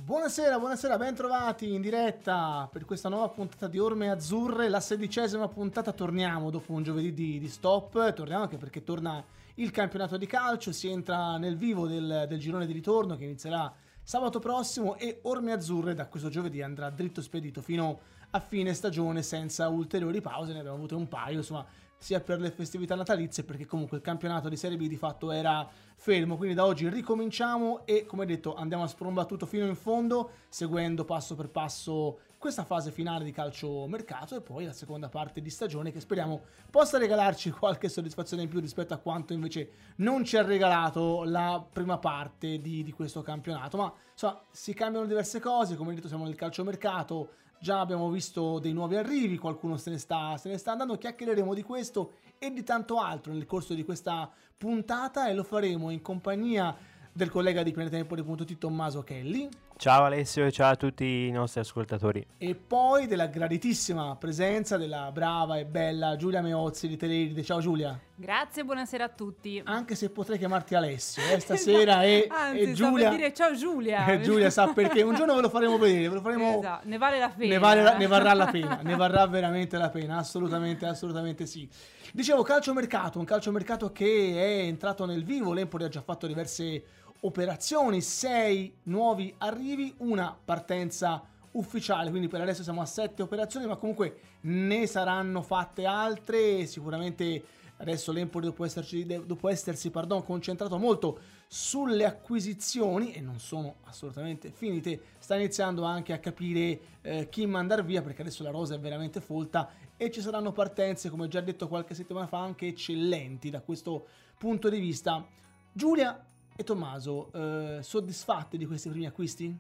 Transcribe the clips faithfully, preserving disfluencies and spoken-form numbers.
Buonasera, buonasera, ben trovati in diretta per questa nuova puntata di Orme Azzurre, la sedicesima puntata. Torniamo dopo un giovedì di, di stop, torniamo anche perché torna il campionato di calcio, si entra nel vivo del, del girone di ritorno che inizierà sabato prossimo e Orme Azzurre da questo giovedì andrà dritto spedito fino a fine stagione senza ulteriori pause, ne abbiamo avute un paio, insomma, sia per le festività natalizie perché comunque il campionato di Serie B di fatto era fermo, quindi da oggi ricominciamo e come detto andiamo a sprombattuto fino in fondo seguendo passo per passo questa fase finale di calciomercato e poi la seconda parte di stagione che speriamo possa regalarci qualche soddisfazione in più rispetto a quanto invece non ci ha regalato la prima parte di, di questo campionato, ma insomma si cambiano diverse cose, come detto siamo nel calciomercato. Già abbiamo visto dei nuovi arrivi, qualcuno se ne sta, se ne sta andando, chiacchiereremo di questo e di tanto altro nel corso di questa puntata e lo faremo in compagnia del collega di pianetempoli punto it Tommaso Kelly. Ciao Alessio e ciao a tutti i nostri ascoltatori. E poi della graditissima presenza della brava e bella Giulia Meozzi di Teleride. Ciao Giulia. Grazie, buonasera a tutti. Anche se potrei chiamarti Alessio eh, stasera e, Anzi, e Giulia per dire ciao Giulia. E Giulia sa perché, un giorno ve lo faremo vedere, ve lo faremo. Esatto. Ne vale la pena. Ne, vale la, ne varrà la pena, ne varrà veramente la pena, assolutamente, assolutamente sì. Dicevo calciomercato, un calciomercato che è entrato nel vivo, l'Empoli ha già fatto diverse operazioni, sei nuovi arrivi, una partenza ufficiale, quindi per adesso siamo a sette operazioni, ma comunque ne saranno fatte altre, sicuramente adesso l'Empoli dopo, esserci, dopo essersi pardon, concentrato molto sulle acquisizioni e non sono assolutamente finite, sta iniziando anche a capire eh, chi mandar via perché adesso la rosa è veramente folta e ci saranno partenze, come già detto qualche settimana fa, anche eccellenti da questo punto di vista. Giulia e Tommaso, eh, soddisfatti di questi primi acquisti?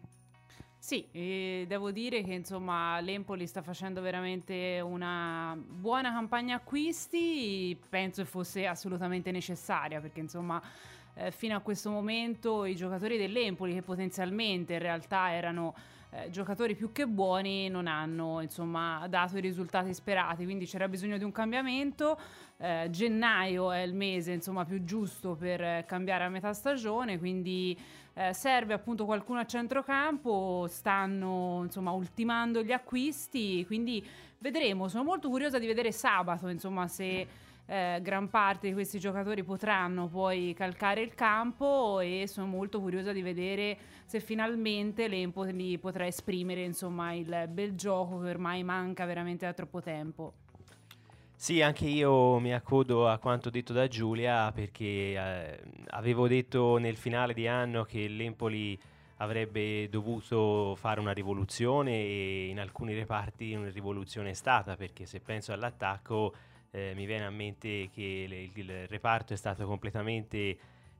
Sì, e devo dire che insomma l'Empoli sta facendo veramente una buona campagna acquisti, penso fosse assolutamente necessaria perché insomma eh, fino a questo momento i giocatori dell'Empoli che potenzialmente in realtà erano eh, giocatori più che buoni non hanno insomma dato i risultati sperati, quindi c'era bisogno di un cambiamento. Eh, gennaio è il mese insomma più giusto per eh, cambiare a metà stagione, quindi eh, serve appunto qualcuno a centrocampo, stanno insomma ultimando gli acquisti, quindi vedremo. Sono molto curiosa di vedere sabato insomma se eh, gran parte di questi giocatori potranno poi calcare il campo e sono molto curiosa di vedere se finalmente l'Empoli potrà esprimere insomma il bel gioco che ormai manca veramente da troppo tempo. Sì, anche io mi accodo a quanto detto da Giulia perché eh, avevo detto nel finale di anno che l'Empoli avrebbe dovuto fare una rivoluzione e in alcuni reparti una rivoluzione è stata, perché se penso all'attacco eh, mi viene a mente che le, il reparto è stato completamente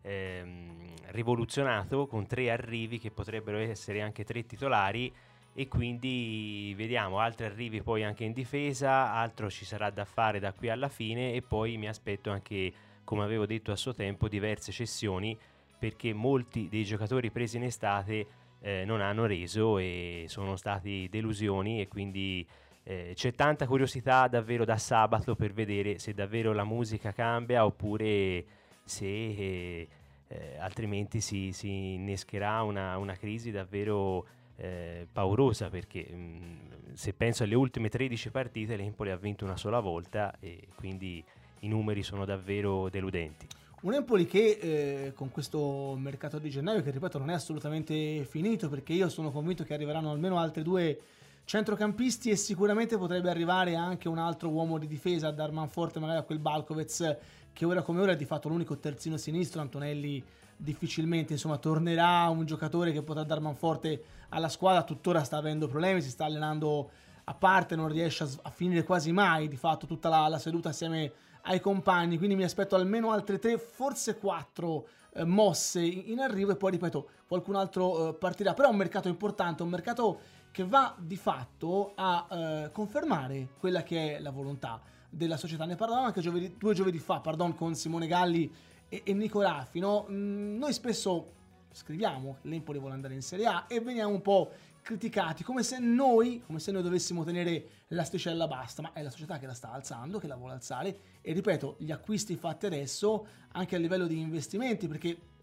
ehm, rivoluzionato con tre arrivi che potrebbero essere anche tre titolari. E quindi vediamo altri arrivi poi anche in difesa, altro ci sarà da fare da qui alla fine e poi mi aspetto anche, come avevo detto a suo tempo, diverse cessioni perché molti dei giocatori presi in estate eh, non hanno reso e sono stati delusioni e quindi eh, c'è tanta curiosità davvero da sabato per vedere se davvero la musica cambia oppure se eh, eh, altrimenti si, si innescherà una, una crisi davvero Eh, paurosa perché mh, se penso alle ultime tredici partite l'Empoli ha vinto una sola volta e quindi i numeri sono davvero deludenti. Un Empoli che eh, con questo mercato di gennaio, che ripeto non è assolutamente finito perché io sono convinto che arriveranno almeno altri due centrocampisti e sicuramente potrebbe arrivare anche un altro uomo di difesa a dar manforte magari a quel Balkovec che ora come ora è di fatto l'unico terzino sinistro. Antonelli difficilmente insomma tornerà un giocatore che potrà dar manforte alla squadra, tuttora sta avendo problemi, si sta allenando a parte, non riesce a, a finire quasi mai di fatto tutta la, la seduta assieme ai compagni, quindi mi aspetto almeno altre tre, forse quattro eh, mosse in, in arrivo e poi ripeto qualcun altro eh, partirà, però è un mercato importante, un mercato che va di fatto a eh, confermare quella che è la volontà della società. Ne parlavamo anche giovedì, due giovedì fa pardon, con Simone Galli e, e Nico Raffi, no? Mm, noi spesso scriviamo che l'Empoli vuole andare in Serie A e veniamo un po' criticati come se noi come se noi dovessimo tenere l'asticella bassa, ma è la società che la sta alzando, che la vuole alzare e ripeto, gli acquisti fatti adesso anche a livello di investimenti, perché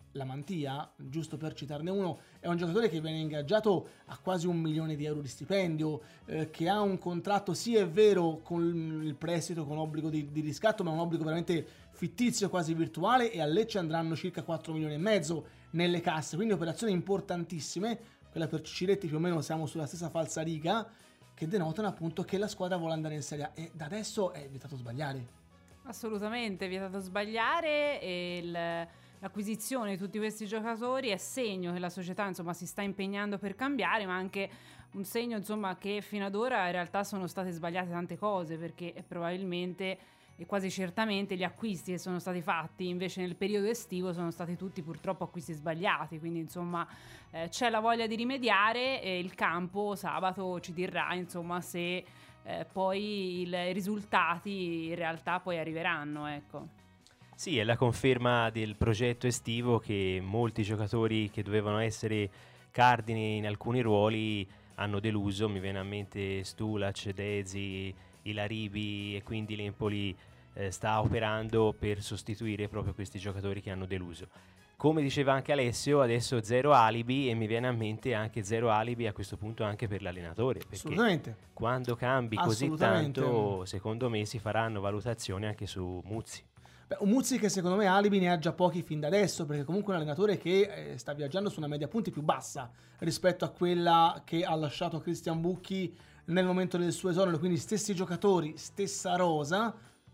la Mantia, giusto per citarne uno, è un giocatore che viene ingaggiato a quasi un milione di euro di stipendio, eh, che ha un contratto, sì è vero, con il prestito, con obbligo di, di riscatto, ma un obbligo veramente fittizio, quasi virtuale, e a Lecce andranno circa quattro milioni e mezzo nelle casse, quindi operazioni importantissime. Quella per Ciciretti più o meno siamo sulla stessa falsariga, che denotano appunto che la squadra vuole andare in Serie A, e da adesso è vietato sbagliare. Assolutamente, vietato sbagliare, e il... l'acquisizione di tutti questi giocatori è segno che la società, insomma, si sta impegnando per cambiare, ma anche un segno, insomma, che fino ad ora in realtà sono state sbagliate tante cose, perché probabilmente e quasi certamente gli acquisti che sono stati fatti invece nel periodo estivo sono stati tutti purtroppo acquisti sbagliati, quindi insomma eh, c'è la voglia di rimediare, e il campo sabato ci dirà, insomma, se eh, poi i risultati in realtà poi arriveranno, ecco. Sì, è la conferma del progetto estivo, che molti giocatori che dovevano essere cardini in alcuni ruoli hanno deluso. Mi viene a mente Stulac, Dezi, Ilaribi, e quindi l'Empoli eh, sta operando per sostituire proprio questi giocatori che hanno deluso. Come diceva anche Alessio, adesso zero alibi, e mi viene a mente anche zero alibi a questo punto anche per l'allenatore, perché Assolutamente. quando cambi così tanto, secondo me si faranno valutazioni anche su Muzzi. Beh, un Muzzi che secondo me alibi ne ha già pochi fin da adesso, perché comunque è un allenatore che eh, sta viaggiando su una media punti più bassa rispetto a quella che ha lasciato Christian Bucchi nel momento del suo esonero, quindi stessi giocatori, stessa rosa,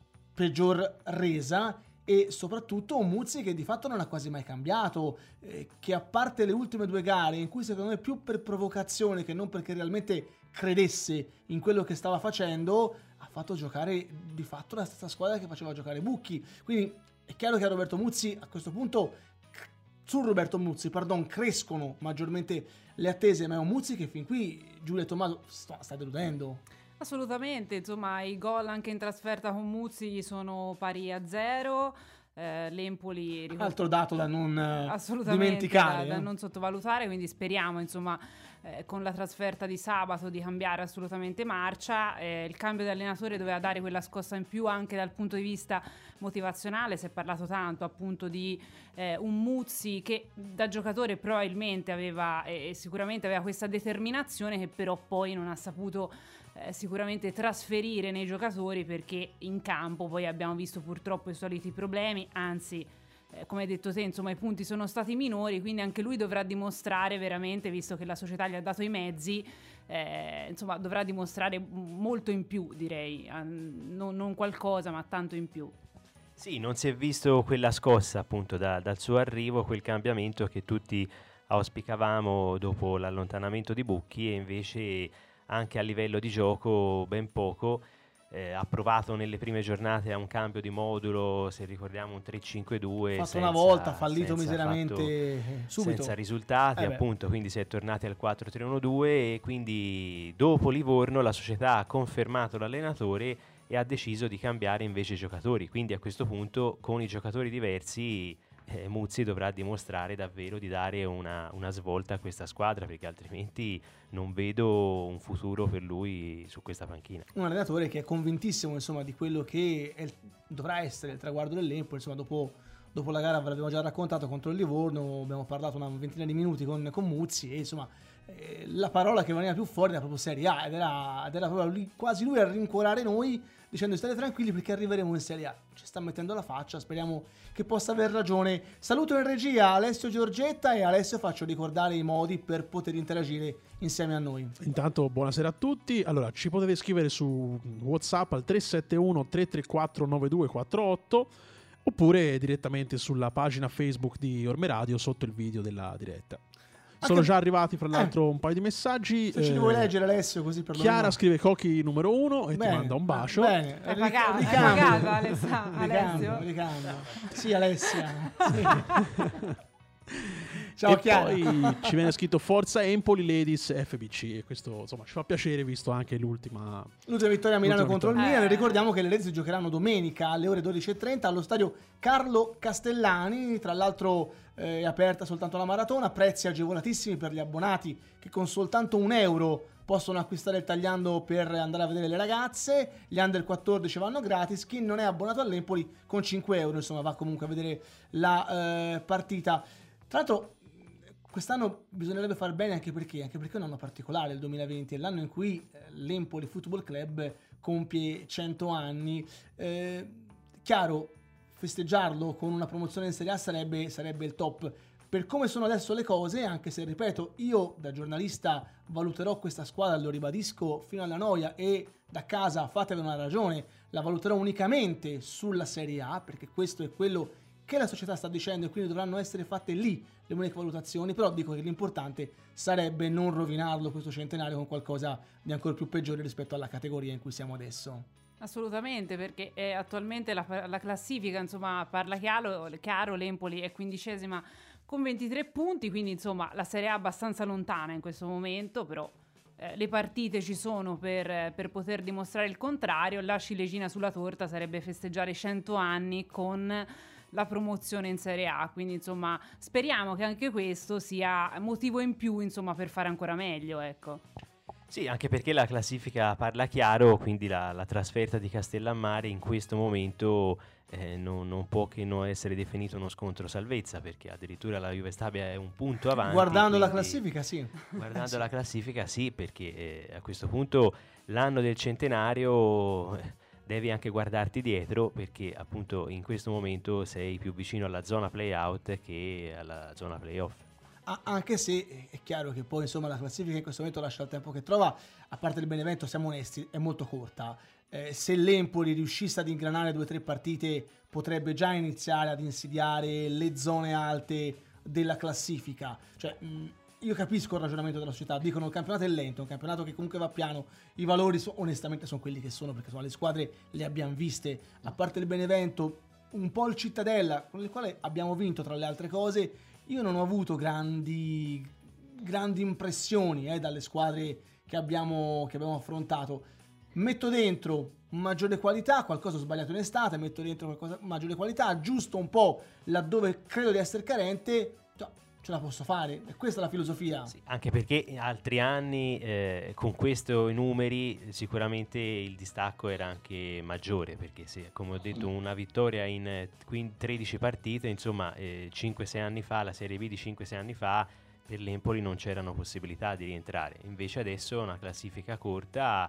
peggior resa, e soprattutto un Muzzi che di fatto non ha quasi mai cambiato, eh, che a parte le ultime due gare in cui secondo me più per provocazione che non perché realmente credesse in quello che stava facendo, ha fatto giocare di fatto la stessa squadra che faceva giocare Bucchi. Quindi è chiaro che a Roberto Muzzi a questo punto, su Roberto Muzzi, pardon, crescono maggiormente le attese, ma è un Muzzi che fin qui, Giulia e Tommaso, sta, sta deludendo. Assolutamente, insomma i gol anche in trasferta con Muzzi sono pari a zero. Eh, L'Empoli ricordo, altro dato da non assolutamente dimenticare, da, da eh. non sottovalutare, quindi speriamo, insomma, eh, con la trasferta di sabato di cambiare assolutamente marcia. Eh, il cambio di allenatore doveva dare quella scossa in più anche dal punto di vista motivazionale. Si è parlato tanto appunto di eh, un Muzzi che da giocatore probabilmente aveva e eh, sicuramente aveva questa determinazione, che però poi non ha saputo Eh, sicuramente trasferire nei giocatori, perché in campo poi abbiamo visto purtroppo i soliti problemi, anzi eh, come hai detto te, insomma i punti sono stati minori, quindi anche lui dovrà dimostrare veramente, visto che la società gli ha dato i mezzi, eh, insomma dovrà dimostrare molto in più, direi, eh, non, non qualcosa ma tanto in più. Sì, non si è visto quella scossa appunto da, dal suo arrivo, quel cambiamento che tutti auspicavamo dopo l'allontanamento di Bucchi, e invece anche a livello di gioco ben poco. Eh, ha provato nelle prime giornate a un cambio di modulo, se ricordiamo un tre cinque due, fatto senza, una volta, fallito senza miseramente fatto, subito, senza risultati, eh appunto, quindi si è tornati al quattro tre uno due, e quindi dopo Livorno la società ha confermato l'allenatore e ha deciso di cambiare invece i giocatori, quindi a questo punto con i giocatori diversi eh, Muzzi dovrà dimostrare davvero di dare una, una svolta a questa squadra, perché altrimenti non vedo un futuro per lui su questa panchina. Un allenatore che è convintissimo, insomma, di quello che è, dovrà essere il traguardo dell'Empoli. Insomma, dopo, dopo la gara ve l'abbiamo già raccontato contro il Livorno, abbiamo parlato una ventina di minuti con, con Muzzi, e insomma eh, la parola che veniva più fuori era proprio Serie A, ed era, ed era proprio lui, quasi lui a rincuorare noi, dicendo state tranquilli perché arriveremo in Serie A. Ci sta mettendo la faccia, speriamo che possa aver ragione. Saluto in regia Alessio Giorgetta, e Alessio faccio ricordare i modi per poter interagire insieme a noi. Intanto buonasera a tutti. Allora, ci potete scrivere su WhatsApp al tre sette uno tre tre quattro nove due quattro otto, oppure direttamente sulla pagina Facebook di Orme Radio sotto il video della diretta. Sono Anche... già arrivati fra l'altro eh, un paio di messaggi. Se eh, ce li vuoi leggere, Alessio, così per Chiara loro... scrive Cochi numero uno e bene, ti manda un bacio. Bene, È pagato, è pagato Alessio. Ricambio, ricambio. Sì, Alessia. Sì. Ciao e Chiara. Poi ci viene scritto Forza Empoli Ladies F B C, e questo insomma ci fa piacere, visto anche l'ultima l'ultima vittoria a Milano l'ultima contro vittoria. il Milan. Eh. Ricordiamo che le Ladies giocheranno domenica alle ore dodici e trenta allo stadio Carlo Castellani. Tra l'altro eh, è aperta soltanto la maratona, prezzi agevolatissimi per gli abbonati che con soltanto un euro possono acquistare il tagliando per andare a vedere le ragazze. Gli under quattordici vanno gratis, chi non è abbonato all'Empoli con cinque euro insomma va comunque a vedere la eh, partita. Tra l'altro quest'anno bisognerebbe far bene anche perché, anche perché è un anno particolare, il duemilaventi, è l'anno in cui l'Empoli Football Club compie cento anni. Eh, chiaro, festeggiarlo con una promozione in Serie A sarebbe, sarebbe il top. Per come sono adesso le cose, anche se, ripeto, io da giornalista valuterò questa squadra, lo ribadisco fino alla noia, e da casa fatevi una ragione, la valuterò unicamente sulla Serie A, perché questo è quello che la società sta dicendo e quindi dovranno essere fatte lì le uniche valutazioni. Però dico che l'importante sarebbe non rovinarlo questo centenario con qualcosa di ancora più peggiore rispetto alla categoria in cui siamo adesso. Assolutamente, perché è attualmente la, la classifica, insomma, parla chiaro, chiaro, l'Empoli è quindicesima con ventitré punti, quindi insomma la Serie A è abbastanza lontana in questo momento, però eh, le partite ci sono per, per poter dimostrare il contrario. La ciliegina sulla torta sarebbe festeggiare cento anni con la promozione in Serie A, quindi insomma speriamo che anche questo sia motivo in più, insomma, per fare ancora meglio, ecco. Sì, anche perché la classifica parla chiaro, quindi la, la trasferta di Castellammare in questo momento eh, non, non può che non essere definito uno scontro salvezza, perché addirittura la Juve Stabia è un punto avanti. Guardando la quindi, classifica, sì. Guardando sì. la classifica, sì, perché eh, a questo punto l'anno del centenario eh, devi anche guardarti dietro, perché appunto in questo momento sei più vicino alla zona play-out che alla zona play-off. Anche se è chiaro che poi insomma la classifica in questo momento lascia il tempo che trova, a parte il Benevento, siamo onesti, è molto corta. Eh, se l'Empoli riuscisse ad ingranare due o tre partite potrebbe già iniziare ad insidiare le zone alte della classifica. Cioè mh, io capisco il ragionamento della società, dicono il campionato è lento, un campionato che comunque va piano, i valori so, onestamente sono quelli che sono, perché insomma, le squadre le abbiamo viste, a parte il Benevento, un po' il Cittadella, con il quale abbiamo vinto tra le altre cose. Io non ho avuto grandi, grandi impressioni eh, dalle squadre che abbiamo, che abbiamo affrontato. Metto dentro maggiore qualità, qualcosa ho sbagliato in estate, metto dentro qualcosa maggiore qualità, aggiusto un po' laddove credo di essere carente, cioè, ce la posso fare. E questa è la filosofia. Sì, anche perché in altri anni eh, con questi numeri sicuramente il distacco era anche maggiore, perché se, come ho detto, una vittoria in eh, tredici partite, insomma eh, cinque sei anni fa, la Serie B di cinque sei anni fa, per l'Empoli non c'erano possibilità di rientrare. Invece adesso una classifica corta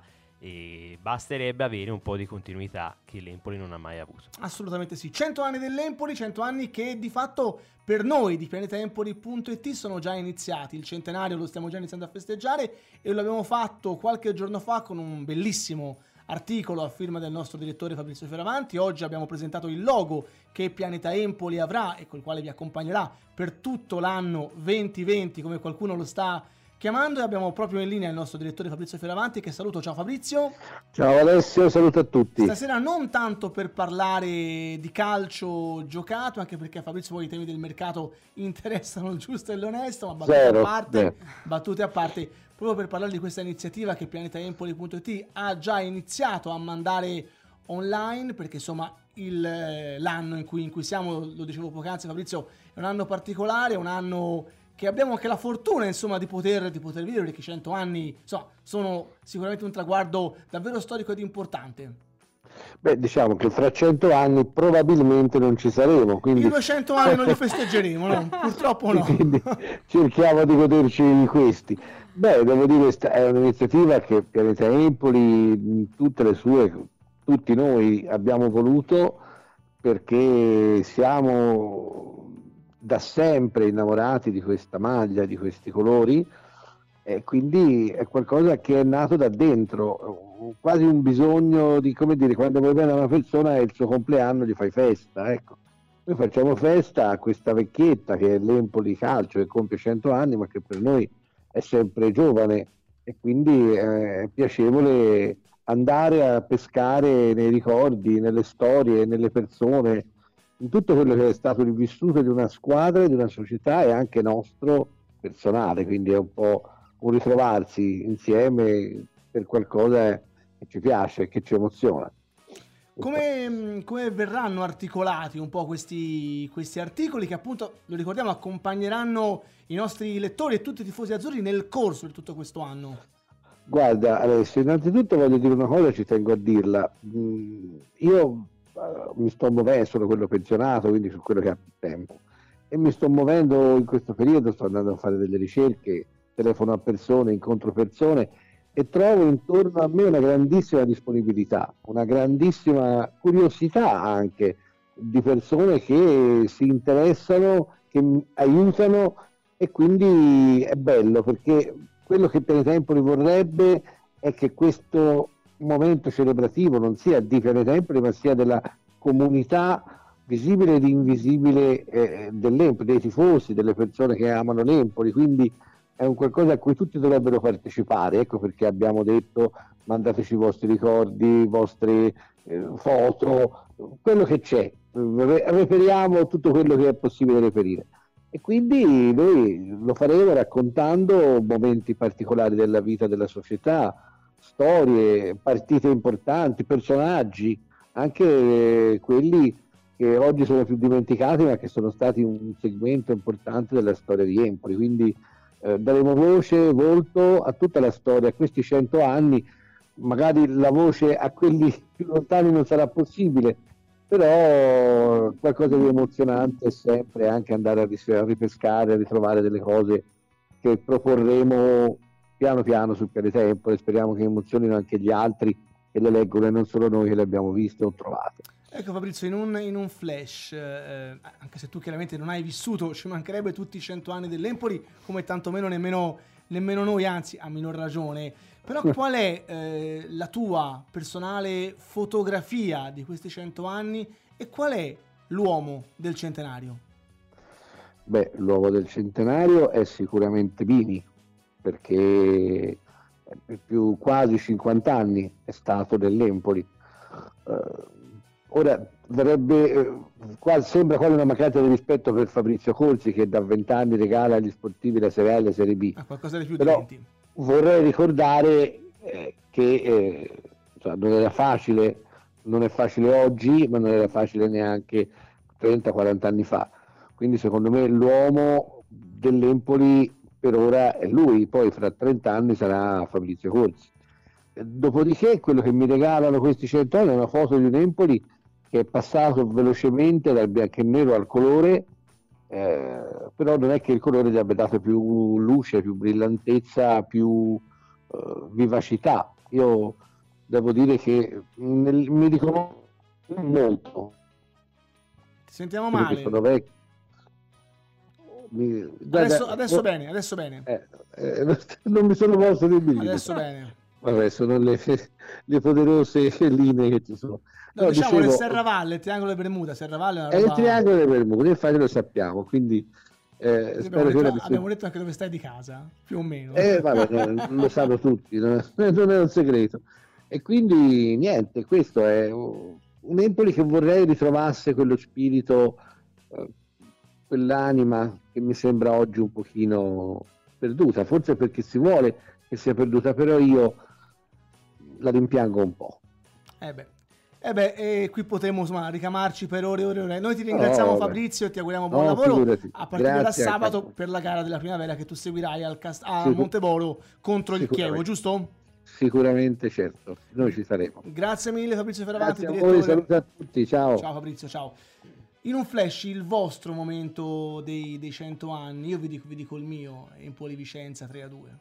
e basterebbe avere un po' di continuità che l'Empoli non ha mai avuto. Assolutamente sì, cento anni dell'Empoli, cento anni che di fatto per noi di pianetaempoli punto it sono già iniziati. Il centenario lo stiamo già iniziando a festeggiare e lo abbiamo fatto qualche giorno fa con un bellissimo articolo a firma del nostro direttore Fabrizio Fioravanti. Oggi abbiamo presentato il logo che Pianeta Empoli avrà e col quale vi accompagnerà per tutto l'anno duemilaventi, come qualcuno lo sta chiamando, e abbiamo proprio in linea il nostro direttore Fabrizio Fioravanti, che saluto. Ciao Fabrizio. Ciao Alessio, saluto a tutti. Stasera non tanto per parlare di calcio giocato, anche perché a Fabrizio poi i temi del mercato interessano il giusto e l'onesto, ma battute Zero. a parte, Beh. battute a parte, proprio per parlare di questa iniziativa che pianetaempoli punto it ha già iniziato a mandare online, perché insomma il, l'anno in cui, in cui siamo, lo dicevo poc'anzi Fabrizio, è un anno particolare, un anno che abbiamo anche la fortuna insomma di poter, di poter vivere, perché cento anni insomma, sono sicuramente un traguardo davvero storico ed importante. Beh, diciamo che fra cento anni probabilmente non ci saremo, quindi I duecento anni non li festeggeremo, no? Purtroppo no. Quindi cerchiamo di goderci questi. Beh, devo dire, è un'iniziativa che Pianeta Empoli, in tutte le sue, tutti noi abbiamo voluto, perché siamo da sempre innamorati di questa maglia, di questi colori, e quindi è qualcosa che è nato da dentro, quasi un bisogno di, come dire, quando vuoi bene a una persona è il suo compleanno, gli fai festa, ecco. Noi facciamo festa a questa vecchietta che è l'Empoli Calcio, che compie cento anni, ma che per noi è sempre giovane, e quindi è piacevole andare a pescare nei ricordi, nelle storie, nelle persone, in tutto quello che è stato il vissuto di una squadra, di una società e anche nostro personale, quindi è un po' un ritrovarsi insieme per qualcosa che ci piace e che ci emoziona. Come, come verranno articolati un po' questi, questi articoli che appunto, lo ricordiamo, accompagneranno i nostri lettori e tutti i tifosi azzurri nel corso di tutto questo anno? Guarda Alessio, innanzitutto voglio dire una cosa, ci tengo a dirla. Io mi sto muovendo, sono quello pensionato, quindi su quello che ha più tempo, e mi sto muovendo in questo periodo, sto andando a fare delle ricerche, telefono a persone, incontro persone e trovo intorno a me una grandissima disponibilità, una grandissima curiosità anche di persone che si interessano, che aiutano, e quindi è bello, perché quello che Pianeta Empoli vorrebbe è che questo momento celebrativo non sia di Pianeta Empoli, ma sia della comunità visibile ed invisibile eh, dell'Empoli, dei tifosi, delle persone che amano l'Empoli, quindi è un qualcosa a cui tutti dovrebbero partecipare. Ecco perché abbiamo detto: mandateci i vostri ricordi, vostre eh, foto, quello che c'è, reperiamo tutto quello che è possibile reperire. E quindi noi lo faremo raccontando momenti particolari della vita della società, storie, partite importanti, personaggi, anche quelli che oggi sono più dimenticati ma che sono stati un segmento importante della storia di Empoli. Quindi eh, daremo voce, volto a tutta la storia, a questi cento anni. Magari la voce a quelli più lontani non sarà possibile, però qualcosa di emozionante è sempre anche andare a, ris- a ripescare, a ritrovare delle cose che proporremo piano piano sul Pianeta Empoli. Speriamo che emozionino anche gli altri che le leggono e non solo noi che le abbiamo viste o trovate. Ecco Fabrizio, in un, in un flash, eh, anche se tu chiaramente non hai vissuto, ci mancherebbe tutti i cento anni dell'Empoli, come tantomeno nemmeno, nemmeno noi, anzi a minor ragione, però qual è eh, la tua personale fotografia di questi cento anni e qual è l'uomo del centenario? Beh, l'uomo del centenario è sicuramente Bini, perché per più quasi cinquanta anni è stato dell'Empoli. Uh, ora verrebbe eh, quasi, sembra quasi una mancata di rispetto per Fabrizio Corsi, che da vent'anni regala agli sportivi la Serie A e la Serie B. Ah, qualcosa di più Però di vorrei ricordare eh, che eh, cioè, non era facile, non è facile oggi, ma non era facile neanche trenta quaranta anni fa. Quindi secondo me l'uomo dell'Empoli per ora è lui, poi fra trenta anni sarà Fabrizio Corsi. Dopodiché quello che mi regalano questi cento anni è una foto di un Empoli che è passato velocemente dal bianco e nero al colore, eh, però non è che il colore gli abbia dato più luce, più brillantezza, più eh, vivacità. Io devo dire che nel, mi riconosco molto. Ti sentiamo male. Sono vecchio. Mi, adesso, da, adesso no, bene, adesso bene. Eh, eh, non mi sono mosso di bilico. Adesso bene. Vabbè, sono le, le poderose linee che ci sono. No, no, diciamo dicevo, il Serravalle, il triangolo delle Bermuda. Serravalle è una è roba... il triangolo delle Bermude, infatti lo sappiamo, quindi eh, abbiamo, spero detto, che abbiamo detto anche dove stai di casa, più o meno. Eh, vabbè, no, lo sanno tutti, non è, non è un segreto. E quindi niente, questo è un Empoli che vorrei ritrovasse quello spirito, eh, quell'anima che mi sembra oggi un pochino perduta, forse perché si vuole che sia perduta, però io la rimpiango un po'. Eh beh, eh beh e qui potremo insomma ricamarci per ore e ore e ore. Noi ti ringraziamo oh, Fabrizio e ti auguriamo buon no, lavoro figurati. a partire Grazie da sabato anche. per la gara della primavera che tu seguirai al Cast- a Sicur- Monteboro contro il Chievo, giusto? Sicuramente, certo, noi ci saremo. Grazie mille Fabrizio Fioravanti, Grazie a voi, saluto a tutti, ciao. Ciao Fabrizio, ciao. In un flash il vostro momento dei, dei cento anni, io vi dico, vi dico il mio, Empoli Vicenza tre a due.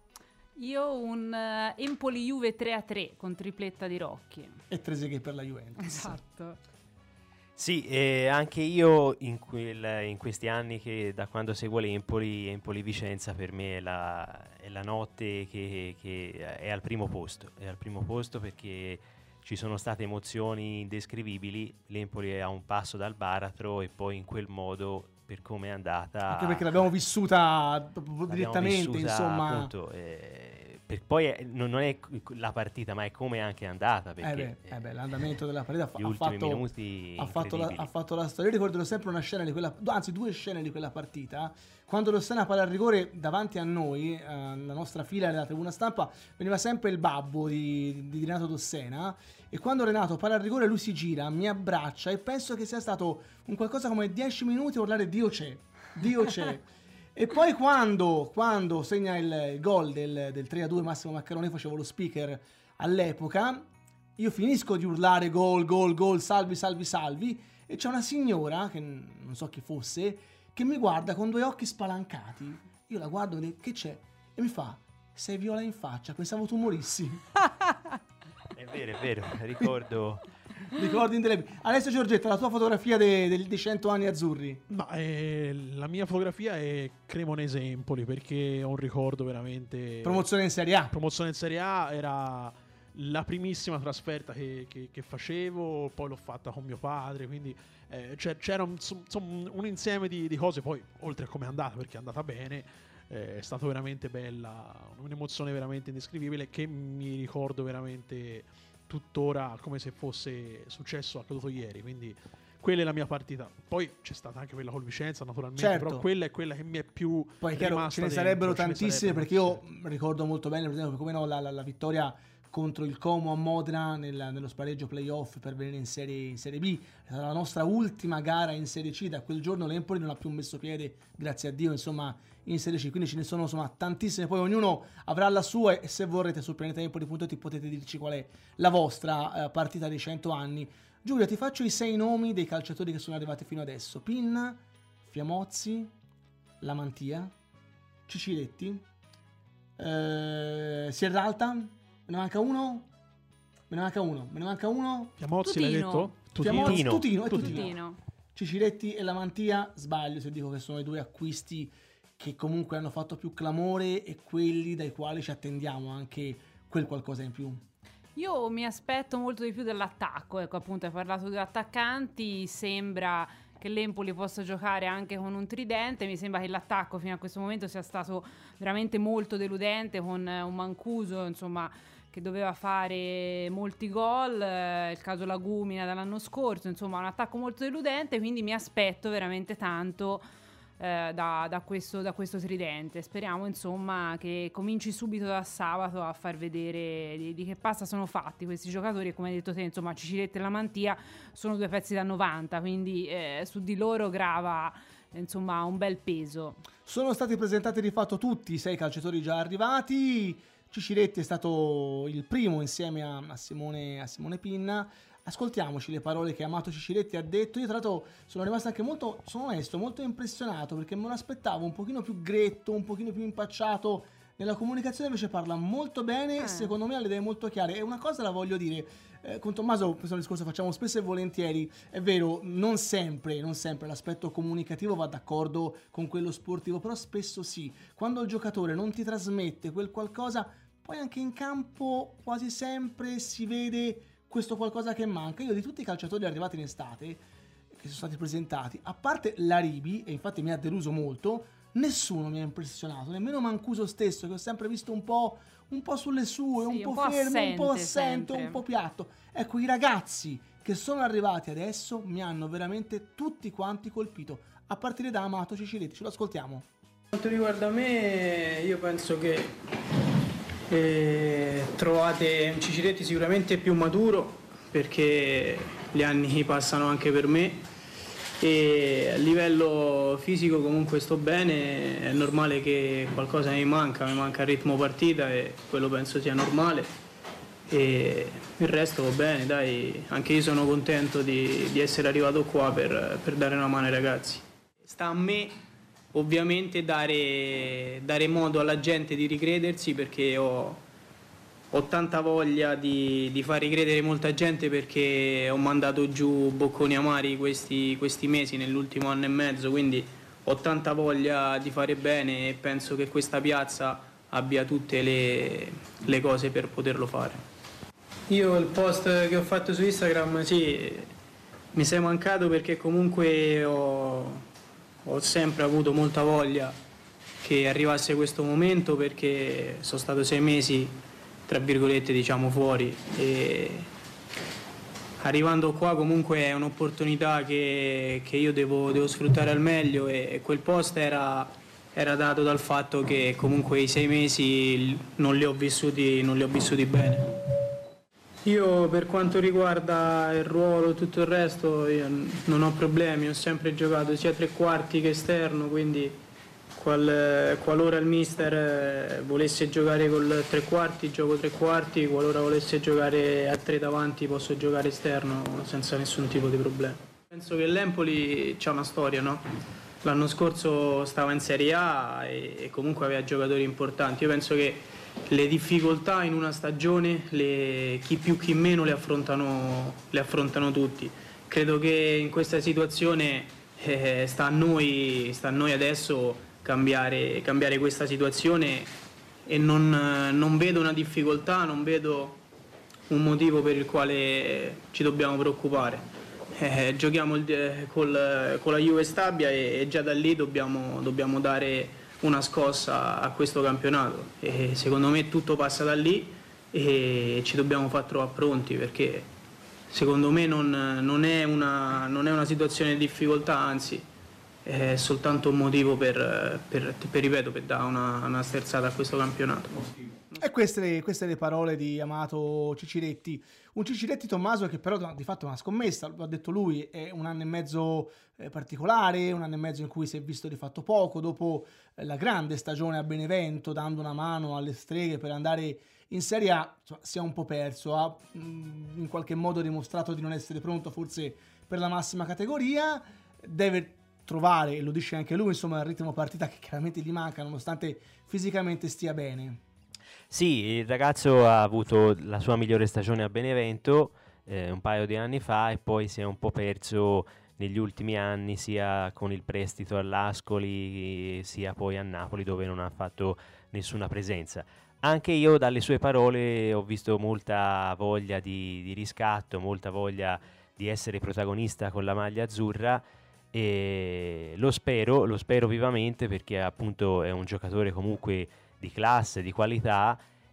Io un uh, Empoli Juve tre a tre con tripletta di Rocchi. E Trezeguet per la Juventus. Esatto. Sì, e anche io in, quel, in questi anni che da quando seguo l'Empoli, Empoli Vicenza per me è la, è la notte che, che è al primo posto, è al primo posto perché ci sono state emozioni indescrivibili, l'Empoli è a un passo dal baratro e poi in quel modo per come è andata... Anche perché l'abbiamo vissuta direttamente, vissuta, insomma... Appunto, eh, per poi è, non è la partita, ma è come anche è andata. Perché, eh beh, eh beh, l'andamento della partita fa, gli ha, ultimi fatto, minuti ha, fatto la, ha fatto la storia. Io ricordo sempre una scena di quella, anzi due scene di quella partita, quando lo Siena palla al rigore davanti a noi, eh, la nostra fila della tribuna stampa, veniva sempre il babbo di, di Renato Dossena, e quando Renato palla al rigore lui si gira, mi abbraccia e penso che sia stato un qualcosa come dieci minuti a urlare Dio c'è, Dio c'è. E poi quando, quando segna il, il gol del, del tre a due Massimo Maccarone, facevo lo speaker all'epoca, io finisco di urlare gol, gol, gol, salvi, salvi, salvi, e c'è una signora, che non so chi fosse, che mi guarda con due occhi spalancati. Io la guardo e dico, che c'è? E mi fa, sei viola in faccia, pensavo tu morissi. È vero, è vero, ricordo... Ricordi indelebili. Alessio Giorgetta, la tua fotografia dei, dei, dei cento anni azzurri? Ma eh, la mia fotografia è Cremonese Empoli, perché ho un ricordo veramente... Promozione in Serie A. Promozione in Serie A era la primissima trasferta che, che, che facevo, poi l'ho fatta con mio padre, quindi eh, c'era un, insomma, un insieme di, di cose, poi oltre a come è andata, perché è andata bene, eh, è stata veramente bella, un'emozione veramente indescrivibile che mi ricordo veramente tuttora come se fosse successo accaduto ieri, quindi quella è la mia partita. Poi c'è stata anche quella col Vicenza, naturalmente, certo. però quella è quella che mi è più poi chiaro, rimasta ce ne dentro, sarebbero ce ne tantissime, sarebbero, perché io ricordo molto bene, per esempio, come no, la, la, la vittoria contro il Como a Modena nel, nello spareggio playoff per venire in serie, in serie B. È stata la nostra ultima gara in Serie C. Da quel giorno l'Empoli non ha più messo piede, grazie a Dio, insomma, in Serie C. Quindi ce ne sono insomma tantissime. Poi ognuno avrà la sua, e se vorrete sul pianetaempoli punto it potete dirci qual è la vostra eh, partita dei cento anni. Giulia, ti faccio i sei nomi dei calciatori che sono arrivati fino adesso: Pinna, Fiamozzi, Lamantia, Ciciletti, eh, Sierralta. Me ne manca uno? Me ne manca uno. Me ne manca uno. Fiamozzi l'hai detto? Tutino. Tutino. Tutino, è Tutino. Tutino. Ciciletti e Lamantia, sbaglio se dico che sono i due acquisti che comunque hanno fatto più clamore e quelli dai quali ci attendiamo anche quel qualcosa in più. Io mi aspetto molto di più dell'attacco, ecco, appunto hai parlato di attaccanti, sembra che l'Empoli possa giocare anche con un tridente. Mi sembra che l'attacco fino a questo momento sia stato veramente molto deludente, con un Mancuso, insomma, che doveva fare molti gol, eh, il caso Lagumina dall'anno scorso, insomma un attacco molto deludente, quindi mi aspetto veramente tanto eh, da, da, questo, da questo tridente. Speriamo insomma che cominci subito da sabato a far vedere di, di che pasta sono fatti questi giocatori, e come hai detto te, insomma Ciciletti e Lamantia sono due pezzi da novanta, quindi eh, su di loro grava insomma un bel peso. Sono stati presentati di fatto tutti i sei calciatori già arrivati. Ciciletti è stato il primo insieme a, a, Simone, a Simone Pinna. Ascoltiamoci le parole che Amato Ciciletti ha detto. Io tra l'altro sono rimasto anche molto, sono onesto, molto impressionato, perché me lo aspettavo un pochino più gretto, un pochino più impacciato nella comunicazione, invece parla molto bene, eh. secondo me ha le idee molto chiare. E una cosa la voglio dire, eh, con Tommaso questo discorso facciamo spesso e volentieri, è vero, non sempre, non sempre l'aspetto comunicativo va d'accordo con quello sportivo, però spesso sì, quando il giocatore non ti trasmette quel qualcosa, poi anche in campo quasi sempre si vede questo qualcosa che manca. Io di tutti i calciatori arrivati in estate, che sono stati presentati, a parte Laribi, e infatti mi ha deluso molto, nessuno mi ha impressionato, nemmeno Mancuso stesso, che ho sempre visto un po', un po' sulle sue, Sì, un, po un po' fermo, assente, un po' assente, sempre. un po' piatto. Ecco, i ragazzi che sono arrivati adesso mi hanno veramente tutti quanti colpito, a partire da Amato Ciciletti. Ce lo ascoltiamo. Per quanto riguarda me, io penso che eh, trovate un Ciciletti sicuramente più maturo, perché gli anni passano anche per me, e a livello fisico comunque sto bene. È normale che qualcosa mi manca, mi manca il ritmo partita, e quello penso sia normale, e il resto va bene, dai. Anche io sono contento di, di essere arrivato qua per, per dare una mano ai ragazzi. Sta a me ovviamente dare, dare modo alla gente di ricredersi, perché ho Ho tanta voglia di, di far ricredere molta gente, perché ho mandato giù bocconi amari questi, questi mesi, nell'ultimo anno e mezzo, quindi ho tanta voglia di fare bene, e penso che questa piazza abbia tutte le, le cose per poterlo fare. Io il post che ho fatto su Instagram, sì, mi sei mancato, perché comunque ho, ho sempre avuto molta voglia che arrivasse questo momento, perché sono stato sei mesi tra virgolette diciamo fuori, e arrivando qua comunque è un'opportunità che, che io devo, devo sfruttare al meglio, e quel post era, era dato dal fatto che comunque i sei mesi non li ho vissuti, non li ho vissuti bene. Io per quanto riguarda il ruolo e tutto il resto, io non ho problemi, ho sempre giocato sia tre quarti che esterno, quindi Qual, qualora il mister volesse giocare col tre quarti, gioco tre quarti, qualora volesse giocare a tre davanti, posso giocare esterno senza nessun tipo di problema. Penso che l'Empoli c'ha una storia, no? l'anno scorso stava in Serie A e, e comunque aveva giocatori importanti. Io penso che le difficoltà in una stagione, le, chi più chi meno le affrontano, le affrontano tutti. Credo che in questa situazione eh, sta a noi, sta a noi adesso cambiare, cambiare questa situazione e non, non vedo una difficoltà, non vedo un motivo per il quale ci dobbiamo preoccupare. Eh, giochiamo il, col, con la Juve Stabia e, e già da lì dobbiamo, dobbiamo dare una scossa a questo campionato e secondo me tutto passa da lì e ci dobbiamo far trovare pronti, perché secondo me non, non, è una, non è una situazione di difficoltà, anzi è soltanto un motivo per, per, per ripeto, per dare una, una sterzata a questo campionato. E queste, queste le parole di Amato Ciciretti, un Ciciretti, Tommaso, che però di fatto è una scommessa, lo ha detto lui, è un anno e mezzo eh, particolare, un anno e mezzo in cui si è visto di fatto poco, dopo eh, la grande stagione a Benevento, dando una mano alle streghe per andare in Serie A, insomma, si è un po' perso, ha mh, in qualche modo dimostrato di non essere pronto forse per la massima categoria, deve trovare, e lo dice anche lui, insomma, il ritmo partita che chiaramente gli manca nonostante fisicamente stia bene. Sì, il ragazzo ha avuto la sua migliore stagione a Benevento eh, un paio di anni fa e poi si è un po' perso negli ultimi anni, sia con il prestito all'Ascoli sia poi a Napoli, dove non ha fatto nessuna presenza. Anche io dalle sue parole ho visto molta voglia di, di riscatto, molta voglia di essere protagonista con la maglia azzurra e lo spero, lo spero vivamente, perché appunto è un giocatore comunque di classe, di qualità,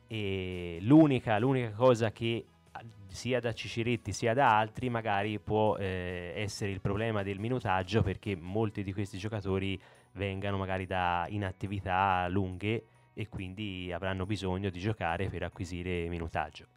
e l'unica, l'unica cosa che sia da Ciciretti sia da altri magari può eh, essere il problema del minutaggio, perché molti di questi giocatori vengano magari da inattività lunghe e quindi avranno bisogno di giocare per acquisire minutaggio.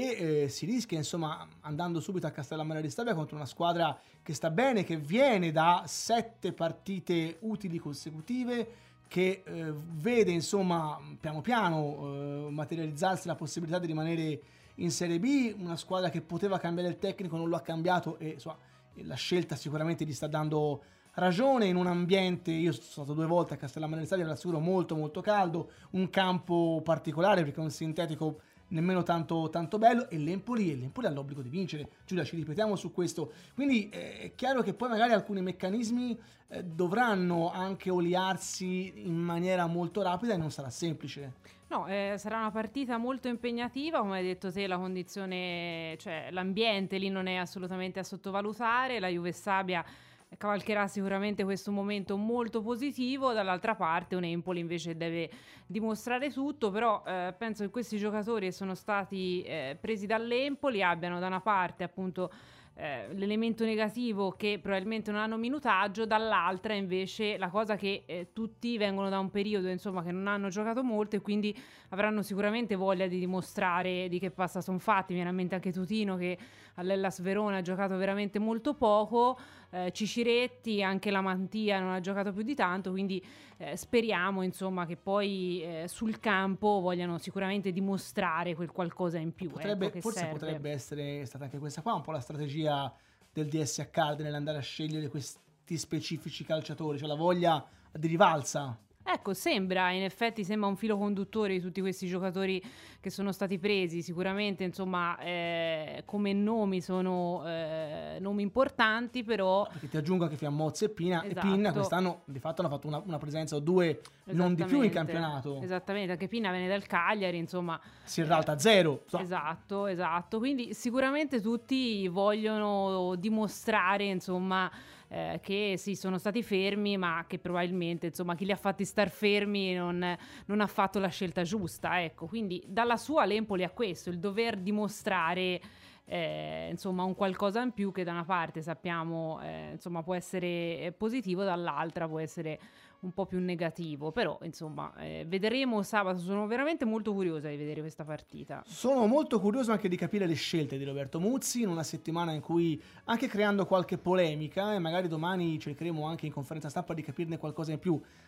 E eh, si rischia, insomma, andando subito a Castellammare di Stabia contro una squadra che sta bene, che viene da sette partite utili consecutive, che eh, vede insomma piano piano eh, materializzarsi la possibilità di rimanere in Serie B, una squadra che poteva cambiare il tecnico, non lo ha cambiato e insomma la scelta sicuramente gli sta dando ragione in un ambiente, io sono stato due volte a Castellammare di Stabia, vi assicuro, molto molto caldo, un campo particolare perché è un sintetico nemmeno tanto, tanto bello, e l'Empoli, e l'Empoli ha l'obbligo di vincere. Giulia, ci ripetiamo su questo, quindi eh, è chiaro che poi magari alcuni meccanismi eh, dovranno anche oliarsi in maniera molto rapida e non sarà semplice. No, eh, sarà una partita molto impegnativa, come hai detto te, la condizione, cioè l'ambiente lì non è assolutamente a sottovalutare, la Juve Stabia cavalcherà sicuramente questo momento molto positivo, dall'altra parte un Empoli invece deve dimostrare tutto, però eh, penso che questi giocatori sono stati eh, presi dall'Empoli abbiano da una parte appunto eh, l'elemento negativo che probabilmente non hanno minutaggio, dall'altra invece la cosa che eh, tutti vengono da un periodo insomma che non hanno giocato molto e quindi avranno sicuramente voglia di dimostrare di che pasta sono fatti. Mi viene a mente anche Tutino che all'Hellas Verona ha giocato veramente molto poco, eh, Ciciretti, anche la Mantia non ha giocato più di tanto, quindi eh, speriamo insomma che poi eh, sul campo vogliano sicuramente dimostrare quel qualcosa in più. Potrebbe, ecco, che forse serve. potrebbe essere stata anche questa qua un po' la strategia del D S H nell'andare a scegliere questi specifici calciatori, cioè la voglia di rivalsa. Ecco, sembra, in effetti sembra un filo conduttore di tutti questi giocatori che sono stati presi, sicuramente insomma eh, come nomi sono eh, nomi importanti, però... Perché ti aggiungo che Fiammozzi e Pina, Esatto. e Pinna quest'anno di fatto hanno fatto una, una presenza o due, non di più in campionato. Esattamente, anche Pina viene dal Cagliari, insomma... Si ralta a zero. So. Esatto, esatto, quindi sicuramente tutti vogliono dimostrare insomma... Eh, che sì, sono stati fermi, ma che probabilmente insomma chi li ha fatti star fermi non, non ha fatto la scelta giusta, ecco. Quindi dalla sua l'Empoli ha questo, il dover dimostrare eh, insomma un qualcosa in più che da una parte sappiamo eh, insomma può essere positivo, dall'altra può essere un po' più negativo, però insomma eh, vedremo sabato. Sono veramente molto curiosa di vedere questa partita. Sono molto curioso anche di capire le scelte di Roberto Muzzi in una settimana in cui, anche creando qualche polemica, e magari domani cercheremo anche in conferenza stampa di capirne qualcosa in più,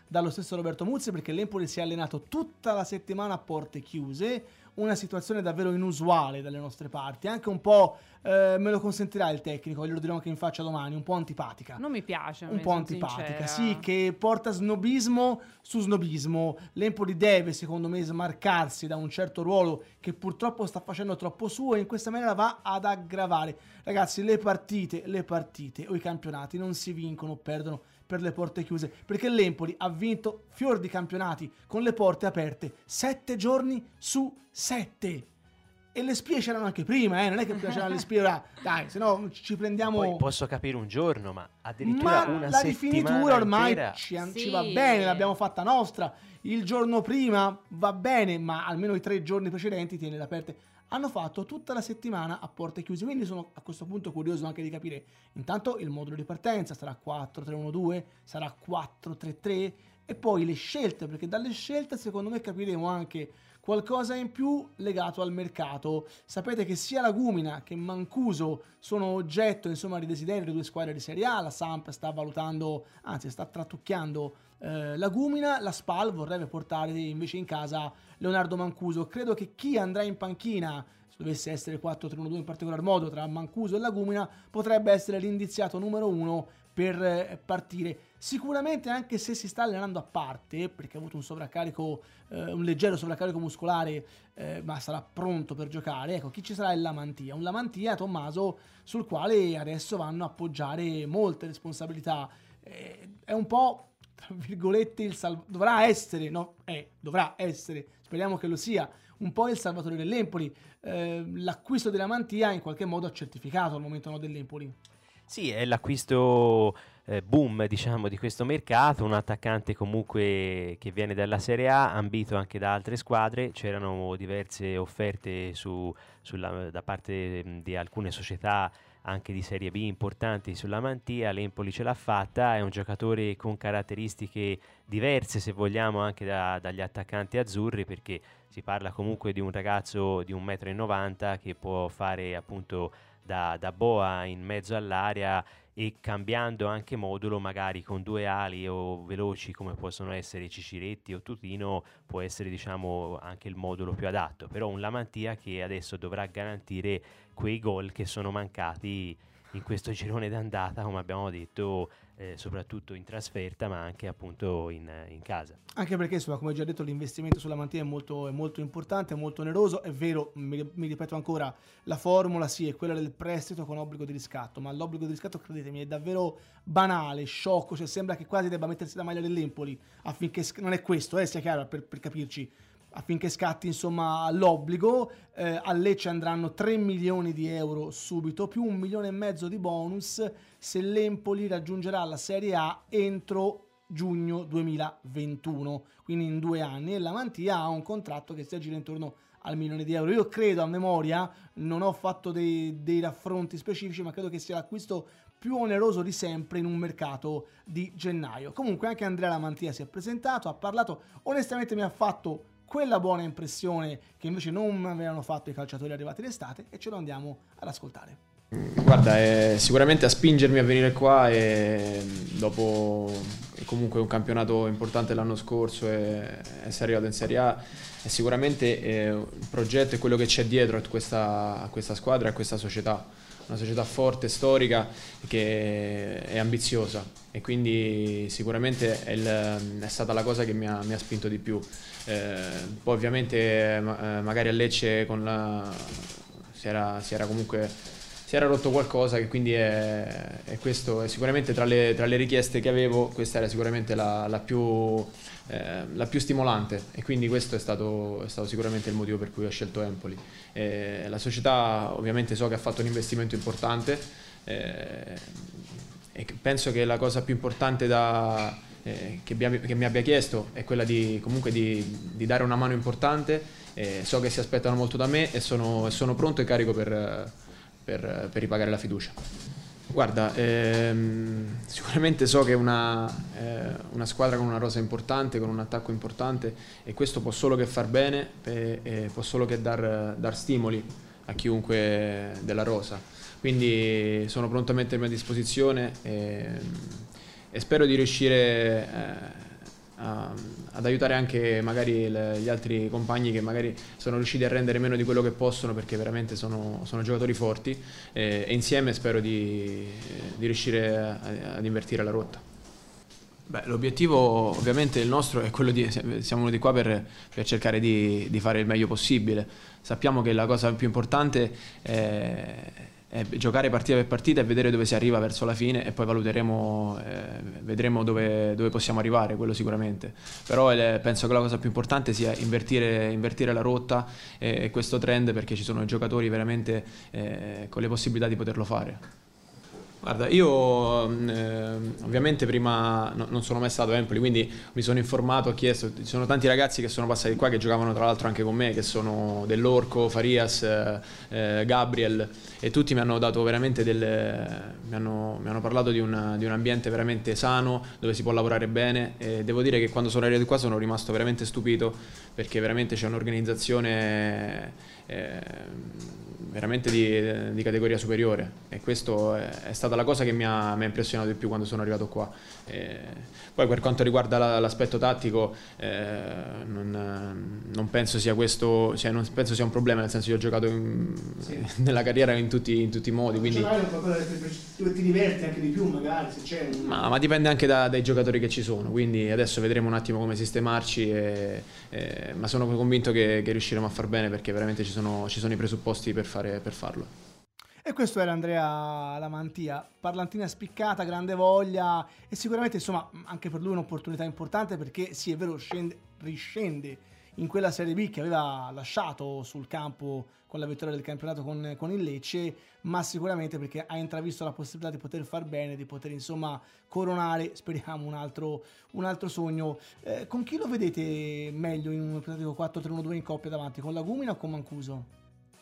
dallo stesso Roberto Muzzi, perché l'Empoli si è allenato tutta la settimana a porte chiuse, una situazione davvero inusuale dalle nostre parti, anche un po', eh, me lo consentirà il tecnico, glielo dirò anche in faccia domani, un po' antipatica. Non mi piace, un po' antipatica, sincera. Sì, che porta snobismo su snobismo. L'Empoli deve, secondo me, smarcarsi da un certo ruolo che purtroppo sta facendo troppo suo, e in questa maniera va ad aggravare. Ragazzi, le partite, le partite o i campionati non si vincono o perdono per le porte chiuse, perché l'Empoli ha vinto fior di campionati con le porte aperte sette giorni su sette. E le spie c'erano anche prima, eh? Non è che c'erano le spie ora, dai, se no ci prendiamo... Poi posso capire un giorno, ma addirittura ma una la settimana rifinitura ormai intera... ci, Sì. ci va bene, l'abbiamo fatta nostra. Il giorno prima va bene, ma almeno i tre giorni precedenti tiene aperte. Hanno fatto tutta la settimana a porte chiuse, quindi sono a questo punto curioso anche di capire intanto il modulo di partenza, sarà quattro tre uno due, sarà quattro tre tre, e poi le scelte, perché dalle scelte secondo me capiremo anche qualcosa in più legato al mercato. Sapete che sia Lagumina che Mancuso sono oggetto, insomma, di desiderio di due squadre di Serie A. La Samp sta valutando, anzi sta trattucchiando eh, Lagumina. La Spal vorrebbe portare invece in casa Leonardo Mancuso. Credo che chi andrà in panchina, se dovesse essere quattro tre uno due in particolar modo, tra Mancuso e Lagumina, potrebbe essere l'indiziato numero uno per eh, partire. Sicuramente, anche se si sta allenando a parte, perché ha avuto un sovraccarico, eh, un leggero sovraccarico muscolare, eh, ma sarà pronto per giocare. Ecco, chi ci sarà è Lamantia, un Lamantia, Tommaso, sul quale adesso vanno a appoggiare molte responsabilità. Eh, è un po', tra virgolette, il salv- dovrà essere, no, eh, dovrà essere, speriamo che lo sia, un po' il salvatore dell'Empoli. Eh, l'acquisto della Mantia in qualche modo ha certificato al momento no, dell'Empoli. Sì, è l'acquisto eh, boom, diciamo, di questo mercato, un attaccante comunque che viene dalla Serie A, ambito anche da altre squadre. C'erano diverse offerte su, sulla, da parte mh, di alcune società anche di Serie B importanti sulla Mantia. L'Empoli ce l'ha fatta, è un giocatore con caratteristiche diverse, se vogliamo, anche da, dagli attaccanti azzurri, perché si parla comunque di un ragazzo di un metro e novanta che può fare appunto Da, da boa in mezzo all'area, e cambiando anche modulo, magari con due ali o veloci come possono essere Ciciretti o Tutino, può essere, diciamo, anche il modulo più adatto. Però un Lamantia che adesso dovrà garantire quei gol che sono mancati in questo girone d'andata, come abbiamo detto, eh, soprattutto in trasferta, ma anche appunto in, in casa. Anche perché, insomma, come già detto, l'investimento sulla Mantia è molto, è molto importante, è molto oneroso. È vero, mi, mi ripeto ancora, la formula sì è quella del prestito con obbligo di riscatto, ma l'obbligo di riscatto, credetemi, è davvero banale, sciocco, cioè sembra che quasi debba mettersi la maglia dell'Empoli affinché, non è questo, eh, sia chiaro, per, per capirci, affinché scatti, insomma, l'obbligo. Eh, a Lecce andranno tre milioni di euro subito, più un milione e mezzo di bonus se l'Empoli raggiungerà la Serie A entro giugno duemilaventuno, quindi in due anni, e la Mantia ha un contratto che si aggira intorno al milione di euro. Io credo, a memoria, non ho fatto dei, dei raffronti specifici, ma credo che sia l'acquisto più oneroso di sempre in un mercato di gennaio. Comunque anche Andrea Lamantia si è presentato, ha parlato, onestamente mi ha fatto quella buona impressione che invece non avevano fatto i calciatori arrivati d'estate, e ce lo andiamo ad ascoltare. Guarda, è sicuramente a spingermi a venire qua, e dopo comunque un campionato importante l'anno scorso e essere arrivato in Serie A, è sicuramente è il progetto e quello che c'è dietro a questa, a questa squadra e a questa società. Una società forte, storica, che è ambiziosa, e quindi sicuramente è, il, è stata la cosa che mi ha, mi ha spinto di più. Eh, poi ovviamente eh, magari a Lecce con la, si, era, si era comunque si era rotto qualcosa, che quindi è, è questo è sicuramente tra le, tra le richieste che avevo, questa era sicuramente la, la, più, eh, la più stimolante, e quindi questo è stato, è stato sicuramente il motivo per cui ho scelto Empoli. Eh, la società ovviamente so che ha fatto un investimento importante, eh, e penso che la cosa più importante da, eh, che, abbia, che mi abbia chiesto è quella di comunque di, di dare una mano importante. Eh, so che si aspettano molto da me, e sono, sono pronto e carico per Per, per ripagare la fiducia. Guarda, ehm, sicuramente so che è una, eh, una squadra con una rosa importante, con un attacco importante, e questo può solo che far bene, e, e può solo che dar, dar stimoli a chiunque della rosa. Quindi sono pronto a mettermi a disposizione, e, e spero di riuscire eh, a, ad aiutare anche magari le, gli altri compagni che magari sono riusciti a rendere meno di quello che possono, perché veramente sono, sono giocatori forti, e, e insieme spero di, di riuscire a, ad invertire la rotta. Beh, l'obiettivo ovviamente il nostro è quello di, siamo venuti qua per, per cercare di, di fare il meglio possibile. Sappiamo che la cosa più importante è, è giocare partita per partita e vedere dove si arriva verso la fine, e poi valuteremo, eh, vedremo dove, dove possiamo arrivare, quello sicuramente. Però eh, penso che la cosa più importante sia invertire, invertire la rotta e, e questo trend, perché ci sono giocatori veramente eh, con le possibilità di poterlo fare. Guarda, io eh, ovviamente prima no, non sono mai stato a Empoli, quindi mi sono informato, ho chiesto, ci sono tanti ragazzi che sono passati qua, che giocavano tra l'altro anche con me, che sono Dell'Orco, Farias, eh, Gabriel, e tutti mi hanno dato veramente del, mi hanno, mi hanno parlato di, una, di un ambiente veramente sano, dove si può lavorare bene, e devo dire che quando sono arrivato qua sono rimasto veramente stupito, perché veramente c'è un'organizzazione eh, veramente di, di categoria superiore, e questo è, è stata la cosa che mi ha, mi ha impressionato di più quando sono arrivato qua. E poi per quanto riguarda la, l'aspetto tattico, eh, non, non penso sia questo, cioè non penso sia un problema, nel senso che ho giocato in, sì. nella carriera in tutti, in tutti i modi, quindi un qualcosa dove ti diverti anche di più, magari se c'è un... ma, ma dipende anche da, dai giocatori che ci sono, quindi adesso vedremo un attimo come sistemarci, e, e, ma sono convinto che, che riusciremo a far bene, perché veramente ci sono, ci sono i presupposti per fare per farlo. E questo era Andrea Lamantia, parlantina spiccata, grande voglia, e sicuramente insomma anche per lui un'opportunità importante, perché sì, è vero, scende, riscende in quella Serie B che aveva lasciato sul campo con la vittoria del campionato con, con il Lecce, ma sicuramente perché ha intravisto la possibilità di poter far bene, di poter insomma coronare, speriamo, un altro, un altro sogno. Eh, con chi lo vedete meglio in un ipotetico quattro tre uno due in coppia davanti, con Lagumina o con Mancuso?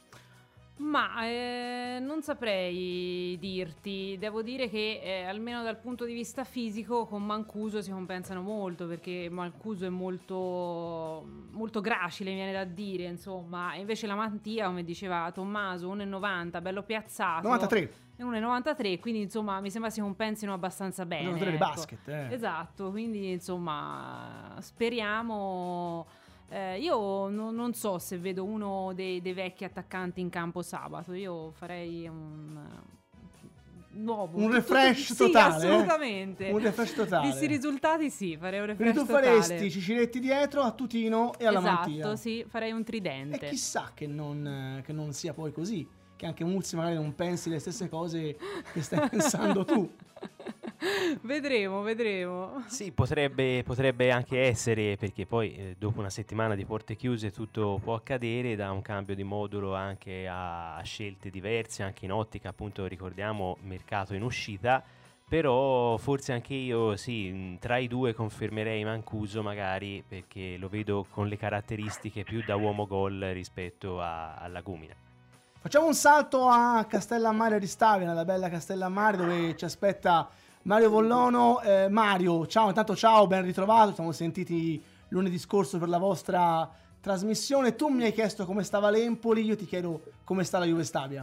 Ma eh, non saprei dirti, devo dire che eh, almeno dal punto di vista fisico con Mancuso si compensano molto, perché Mancuso è molto, molto gracile, mi viene da dire, insomma, e invece Lamantia, come diceva Tommaso, uno e novanta, bello piazzato, novantatré e uno e novantatré, quindi insomma mi sembra si compensino abbastanza bene, novantatré ecco. di basket, eh. Esatto, quindi insomma speriamo. Eh, io no, non so se vedo uno dei, dei vecchi attaccanti in campo sabato. Io farei un nuovo, un refresh tutto, totale, sì, assolutamente. Eh? Un refresh totale. Visti i risultati, sì, farei un refresh totale. totale. Quindi tu faresti Ciciretti dietro a Tutino e alla Esatto, Mantia. sì, farei un tridente. E chissà che non, che non sia poi così, che anche Muzzi magari non pensi le stesse cose che stai pensando tu. Vedremo, vedremo. Sì, potrebbe, potrebbe anche essere, perché poi eh, dopo una settimana di porte chiuse tutto può accadere, da un cambio di modulo anche a, a scelte diverse, anche in ottica, appunto, ricordiamo, mercato in uscita. Però forse anche io, sì, tra i due confermerei Mancuso magari, perché lo vedo con le caratteristiche più da uomo gol rispetto a, a Lagumina. Facciamo un salto a Castellammare Ristavia, nella bella Castellammare, dove ci aspetta Mario Vollono. eh, Mario, ciao, intanto ciao, ben ritrovato, ci siamo sentiti lunedì scorso per la vostra trasmissione. Tu mi hai chiesto come stava l'Empoli, io ti chiedo come sta la Juve Stabia.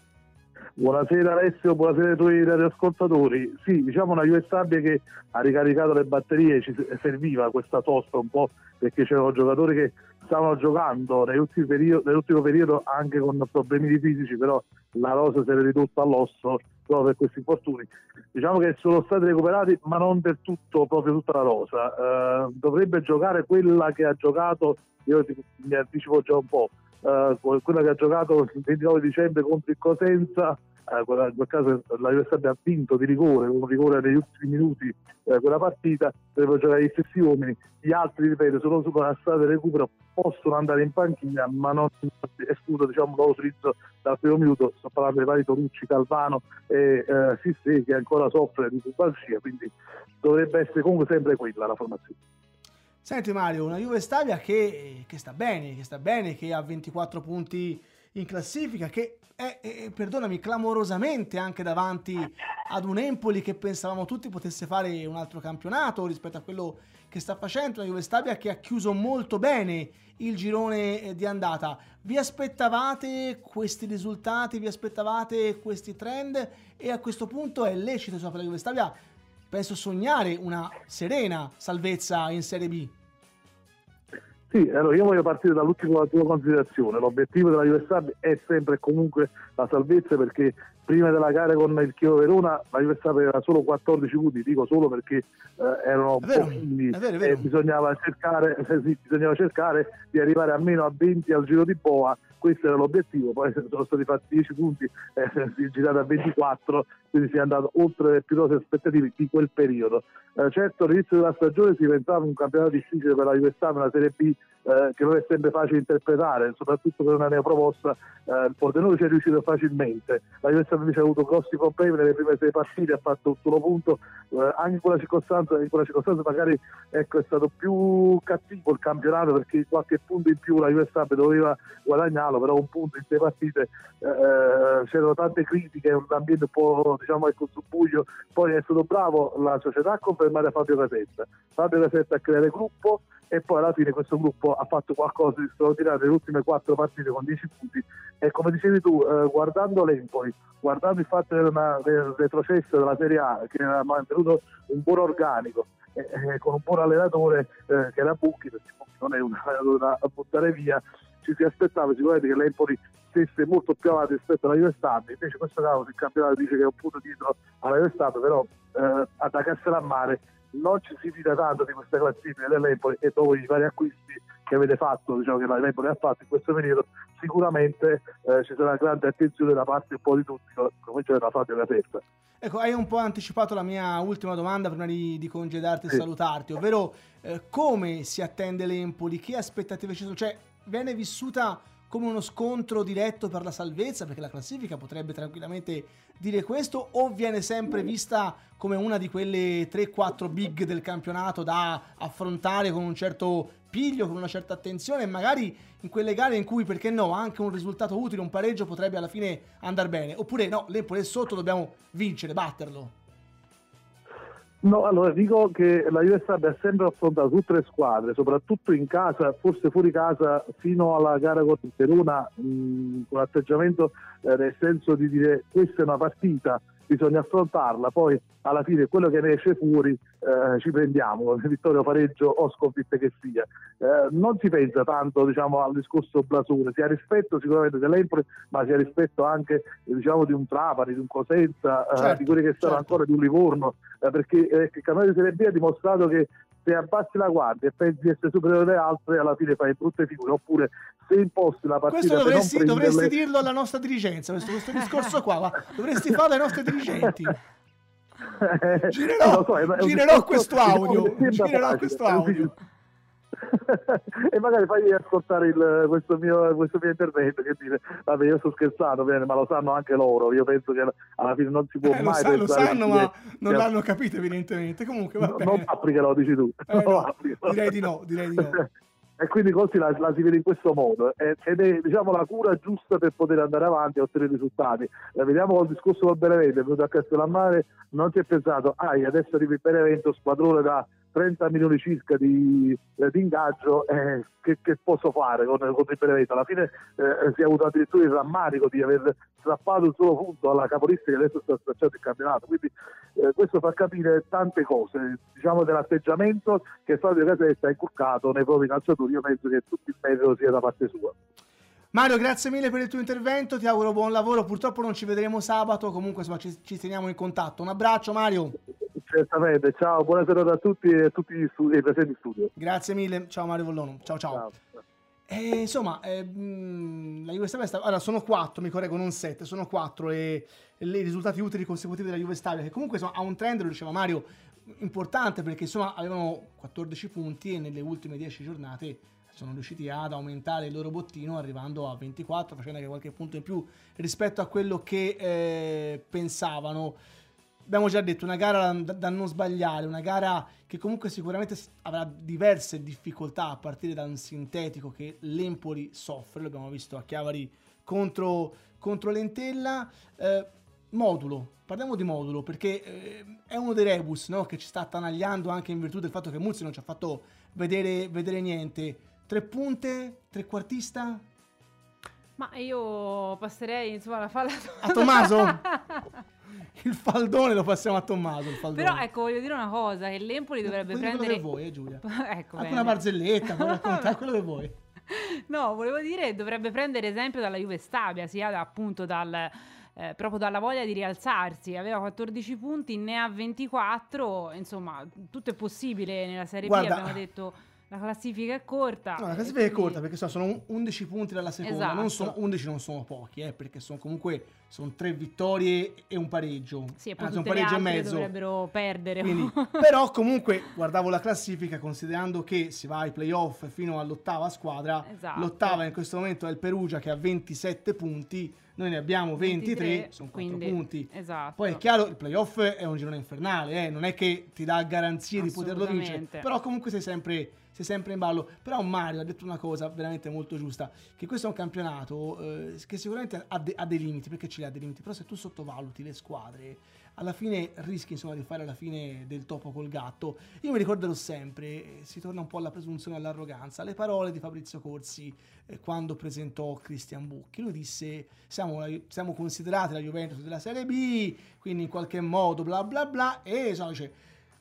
Buonasera Alessio, buonasera ai tuoi radioascoltatori. Sì, diciamo una Juve Stabia che ha ricaricato le batterie, ci serviva questa sosta un po', perché c'erano giocatori che stavano giocando nell'ultimo periodo, nell'ultimo periodo anche con problemi di fisici, però la rosa si era ridotta all'osso proprio per questi infortuni. Diciamo che sono stati recuperati, ma non del tutto, proprio tutta la rosa. Uh, dovrebbe giocare quella che ha giocato, io ti, mi anticipo già un po', uh, quella che ha giocato il ventinove dicembre contro il Cosenza. Uh, in quel caso la Juve Stabia ha vinto di rigore, con un rigore negli ultimi minuti uh, quella partita, doveva giocare gli stessi uomini. Gli altri, ripeto, sono sulla strada di recupero, possono andare in panchina, ma non escludo, diciamo, l'utilizzo dal primo minuto. Sto parlando dei vari Tonucci, Calvano e eh, Sissé, che ancora soffre di pubalgia, quindi dovrebbe essere comunque sempre quella la formazione. Senti Mario, una Juve Stabia che, che sta bene, che sta bene, che ha ventiquattro punti in classifica, che è, è, perdonami, clamorosamente anche davanti ad un Empoli che pensavamo tutti potesse fare un altro campionato rispetto a quello che sta facendo. Una Juve Stabia che ha chiuso molto bene il girone di andata. Vi aspettavate questi risultati, vi aspettavate questi trend, e a questo punto è lecito, insomma, per la Juve Stabia penso sognare una serena salvezza in Serie B. Sì, allora io voglio partire dall'ultima tua considerazione. L'obiettivo della Juve Stabia è sempre e comunque la salvezza, perché prima della gara con il Chievo Verona la Juve Stabia aveva solo quattordici punti, dico solo perché eh, erano un po' quindi e bisognava cercare, eh, sì, bisognava cercare di arrivare almeno a venti al giro di boa. Questo era l'obiettivo, poi sono stati fatti dieci punti, eh, si è girato a ventiquattro, quindi si è andato oltre le più rose aspettative di quel periodo. Eh, certo, all'inizio della stagione si pensava un campionato difficile per la Juve Stabia, una Serie B eh, che non è sempre facile interpretare, soprattutto per una neopromossa. Eh, il Pordenone ci è riuscito facilmente, la Juve Stabia invece ha avuto grossi problemi nelle prime sei partite, ha fatto un solo punto, eh, anche in quella circostanza, in quella circostanza magari ecco, è stato più cattivo il campionato, perché qualche punto in più la Juve Stabia doveva guadagnare, però un punto in sei partite, eh, c'erano tante critiche, un ambiente un po' diciamo ecco sul buio. Poi è stato bravo la società a confermare Fabio Casetta Fabio Casetta a creare gruppo, e poi alla fine questo gruppo ha fatto qualcosa di straordinario nelle ultime quattro partite con dieci punti, e come dicevi tu, eh, guardando l'Empoli, guardando il fatto del retrocesso della Serie A, che ha mantenuto un buon organico, eh, eh, con un buon allenatore eh, che era Bucchi, perché non è un allenatore da buttare via, ci si aspettava sicuramente che l'Empoli stesse molto più avanti rispetto alla Juve Stabia. Invece questo caso il campionato dice che è un punto dietro alla Juve Stabia, però eh, da Castellammare non ci si fida tanto di queste classifiche dell'Empoli, e dopo i vari acquisti che avete fatto, diciamo che l'Empoli ha fatto in questo periodo, sicuramente eh, ci sarà grande attenzione da parte un po' di tutti, come c'è da Fabio Casetta. Ecco, hai un po' anticipato la mia ultima domanda prima di, di congedarti sì. e salutarti, ovvero eh, come si attende l'Empoli, che aspettative ci sono, cioè viene vissuta come uno scontro diretto per la salvezza, perché la classifica potrebbe tranquillamente dire questo, o viene sempre vista come una di quelle tre quattro big del campionato da affrontare con un certo piglio, con una certa attenzione, e magari in quelle gare in cui, perché no, anche un risultato utile, un pareggio potrebbe alla fine andare bene, oppure no, l'Empoli è sotto, dobbiamo vincere, batterlo? No, allora dico che la Juve Stabia ha sempre affrontato tutte le squadre, soprattutto in casa, forse fuori casa, fino alla gara con il Verona, mh, con atteggiamento eh, nel senso di dire questa è una partita, bisogna affrontarla, poi alla fine quello che ne esce fuori eh, ci prendiamo, vittoria o pareggio o sconfitta che sia. Eh, non si pensa tanto diciamo al discorso blasone, si ha rispetto sicuramente dell'Empoli, ma si ha rispetto anche diciamo di un Trapani, di un Cosenza, certo, eh, di quelli che stanno certo. ancora di un Livorno, eh, perché eh, il campionato di Serie B ha dimostrato che se abbassi la guardia e pensi di essere superiore alle altre, alla fine fai brutte figure, oppure se imposti la partita. Questo dovresti, per non dovresti prenderle... dirlo alla nostra dirigenza, questo, questo discorso qua, va? Dovresti farlo ai nostri dirigenti. Girerò, so, è, è girerò questo audio, girerò questo audio. E magari fai ascoltare il, questo, mio, questo mio intervento, che dire, vabbè, io sto scherzando bene, ma lo sanno anche loro, io penso che alla fine non si può eh, mai lo, sa, lo sanno, ma non che... l'hanno capito evidentemente. Comunque va no, bene. non applicano, dici tu. Eh, no, direi di no, direi di no. E quindi così la, la si vede in questo modo, ed è diciamo la cura giusta per poter andare avanti e ottenere risultati. Eh, vediamo col discorso col Benevento, è venuto a Castellammare, non si è pensato, ah, adesso arriva il Benevento, squadrone da trenta milioni circa di, eh, di ingaggio, eh, che, che posso fare con, con il Benevento? Alla fine eh, si è avuto addirittura il rammarico di aver strappato il solo punto alla capolista, che adesso sta stracciando il campionato, quindi eh, questo fa capire tante cose, diciamo dell'atteggiamento che Fabio Casetta ha inculcato nei propri calciatori. Io penso che tutto il merito sia da parte sua. Mario, grazie mille per il tuo intervento, ti auguro buon lavoro, purtroppo non ci vedremo sabato, comunque insomma ci, ci teniamo in contatto. Un abbraccio Mario. Certamente, ciao, buona serata a tutti e a tutti i, stu- i presenti in studio. Grazie mille, ciao Mario Vollono, ciao ciao. ciao. E, insomma, eh, mh, la Juve Stabia sta... allora sono quattro, mi correggo, non sette, sono quattro e, e i risultati utili consecutivi della Juve Stabia, che comunque insomma, ha un trend, lo diceva Mario, importante, perché insomma avevano quattordici punti e nelle ultime dieci giornate sono riusciti ad aumentare il loro bottino arrivando a ventiquattro, facendo anche qualche punto in più rispetto a quello che eh, pensavano. Abbiamo già detto, una gara da, da non sbagliare, una gara che comunque sicuramente avrà diverse difficoltà a partire da un sintetico che l'Empoli soffre, l'abbiamo visto a Chiavari contro, contro l'Entella. Eh, modulo, parliamo di modulo, perché eh, è uno dei rebus, no, che ci sta attanagliando anche in virtù del fatto che Muzzi non ci ha fatto vedere, vedere niente. Tre punte, trequartista? Ma io passerei insomma la falla a Tommaso. Il faldone lo passiamo a Tommaso. Il faldone. Però ecco, voglio dire una cosa, che l'Empoli dovrebbe Puoi dire prendere... quello che vuoi, eh, Giulia. Ecco, anche bene. una barzelletta, puoi raccontare quello che vuoi. No, volevo dire, dovrebbe prendere esempio dalla Juve Stabia, sia da, appunto dal... Eh, proprio dalla voglia di rialzarsi. Aveva quattordici punti, ne ha ventiquattro, insomma tutto è possibile nella Serie Guarda, B, abbiamo detto la classifica è corta. No, la classifica quindi... è corta perché so, sono undici punti dalla seconda, esatto. non sono undici, non sono pochi, eh, perché sono comunque sono tre vittorie e un pareggio, sì, e poi anzi un tutte le pareggio e altre mezzo. Dovrebbero perdere. Quindi, però comunque guardavo la classifica considerando che si va ai playoff fino all'ottava squadra, esatto. L'ottava in questo momento è il Perugia che ha ventisette punti, noi ne abbiamo ventitré, ventitré, sono quattro quindi, punti. Esatto. Poi è chiaro, il playoff è un girone infernale, eh, non è che ti dà garanzie di poterlo vincere, però comunque sei sempre, sei sempre in ballo. Però Mario ha detto una cosa veramente molto giusta, che questo è un campionato eh, che sicuramente ha, de- ha dei limiti, perché ce li ha dei limiti, però se tu sottovaluti le squadre, alla fine rischi insomma di fare la fine del topo col gatto. Io mi ricorderò sempre, eh, si torna un po' alla presunzione e all'arroganza, le parole di Fabrizio Corsi eh, quando presentò Christian Bucchi. Lui disse siamo, la, siamo considerati la Juventus della Serie B, quindi in qualche modo bla bla bla, e so, dice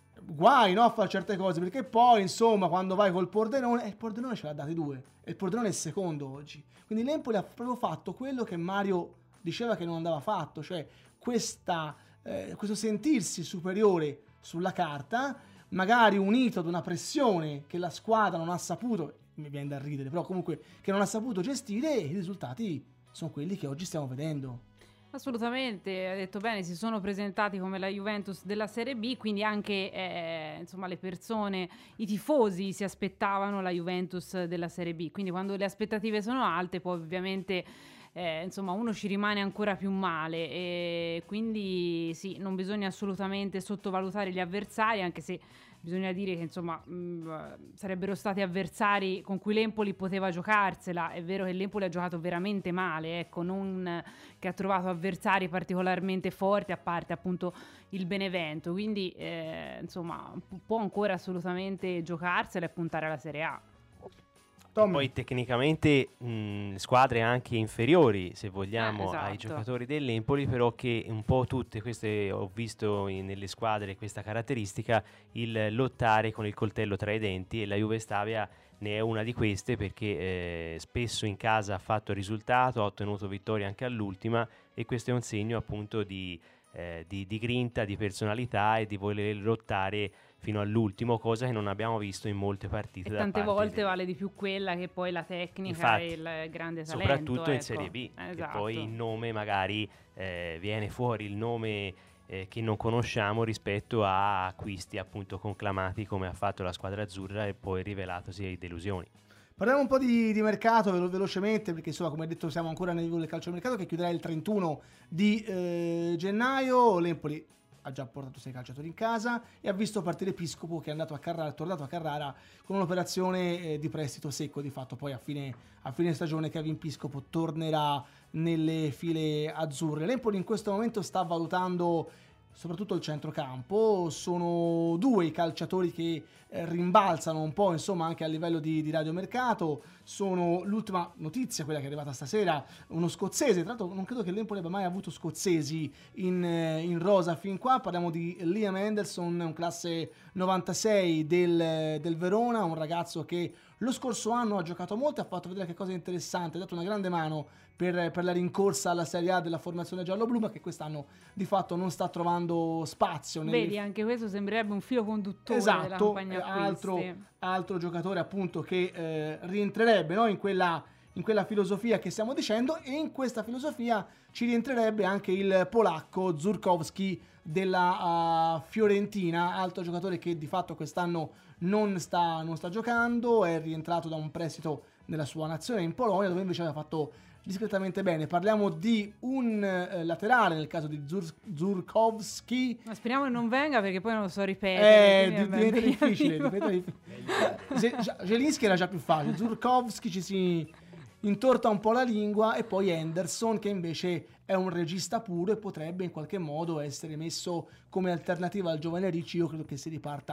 guai, no, a fare certe cose, perché poi insomma quando vai col Pordenone, e il Pordenone ce l'ha dati due, e il Pordenone è secondo oggi, quindi l'Empoli ha proprio fatto quello che Mario diceva che non andava fatto, cioè questa Eh, questo sentirsi superiore sulla carta, magari unito ad una pressione che la squadra non ha saputo, mi viene da ridere, però comunque che non ha saputo gestire, e i risultati sono quelli che oggi stiamo vedendo. Assolutamente, ha detto bene, si sono presentati come la Juventus della Serie B, quindi anche eh, insomma le persone, i tifosi si aspettavano la Juventus della Serie B, quindi quando le aspettative sono alte poi ovviamente Eh, insomma uno ci rimane ancora più male, e quindi sì, non bisogna assolutamente sottovalutare gli avversari, anche se bisogna dire che insomma mh, sarebbero stati avversari con cui l'Empoli poteva giocarsela. È vero che l'Empoli ha giocato veramente male, ecco, non che ha trovato avversari particolarmente forti, a parte appunto il Benevento, quindi eh, insomma può ancora assolutamente giocarsela e puntare alla Serie A. Poi tecnicamente mh, squadre anche inferiori, se vogliamo, eh, esatto. ai giocatori dell'Empoli, però che un po' tutte queste ho visto in, nelle squadre questa caratteristica, il lottare con il coltello tra i denti, e la Juve Stabia ne è una di queste, perché eh, spesso in casa ha fatto risultato, ha ottenuto vittorie anche all'ultima, e questo è un segno appunto di, eh, di, di grinta, di personalità e di voler lottare fino all'ultimo, cosa che non abbiamo visto in molte partite. E da tante parte volte dei... vale di più quella che poi la tecnica. Infatti, e il grande talento, soprattutto ecco. in Serie B, esatto. che poi il nome magari eh, viene fuori, il nome eh, che non conosciamo rispetto a acquisti appunto conclamati come ha fatto la squadra azzurra, e poi rivelatosi delusioni. Parliamo un po' di, di mercato velo- velocemente, perché insomma, come detto, siamo ancora nel vivo del calciomercato che chiuderà il trentuno di eh, gennaio. L'Empoli ha già portato sei calciatori in casa e ha visto partire Piscopo, che è andato a Carrara, è tornato a Carrara con un'operazione eh, di prestito secco. Di fatto poi a fine, a fine stagione Kevin Piscopo tornerà nelle file azzurre. L'Empoli in questo momento sta valutando soprattutto il centrocampo. Sono due i calciatori che eh, rimbalzano un po', insomma, anche a livello di, di radiomercato. Sono l'ultima notizia, quella che è arrivata stasera, uno scozzese. Tra l'altro non credo che l'Empoli abbia mai avuto scozzesi in, eh, in rosa fin qua. Parliamo di Liam Henderson, un classe novantasei del, del Verona, un ragazzo che lo scorso anno ha giocato molto, ha fatto vedere che cosa interessante, ha dato una grande mano per, per la rincorsa alla Serie A della formazione giallo-blu, ma che quest'anno di fatto non sta trovando spazio. Nelle... Vedi, anche questo sembrerebbe un filo conduttore esatto, della campagna altro, acquisti. altro giocatore appunto che eh, rientrerebbe, no, in quella in quella filosofia che stiamo dicendo, e in questa filosofia ci rientrerebbe anche il polacco Żurkowski della uh, Fiorentina, altro giocatore che di fatto quest'anno non sta, non sta giocando, è rientrato da un prestito nella sua nazione in Polonia, dove invece aveva fatto discretamente bene. Parliamo di un eh, laterale nel caso di Zur- Żurkowski. Ma speriamo che non venga, perché poi non lo so ripetere. Eh, di- diventa difficile, diventa difficile. Zelinski era già più facile, Żurkowski ci si intorta un po' la lingua, e poi Henderson, che invece è un regista puro e potrebbe in qualche modo essere messo come alternativa al giovane Ricci. Io credo che si riparta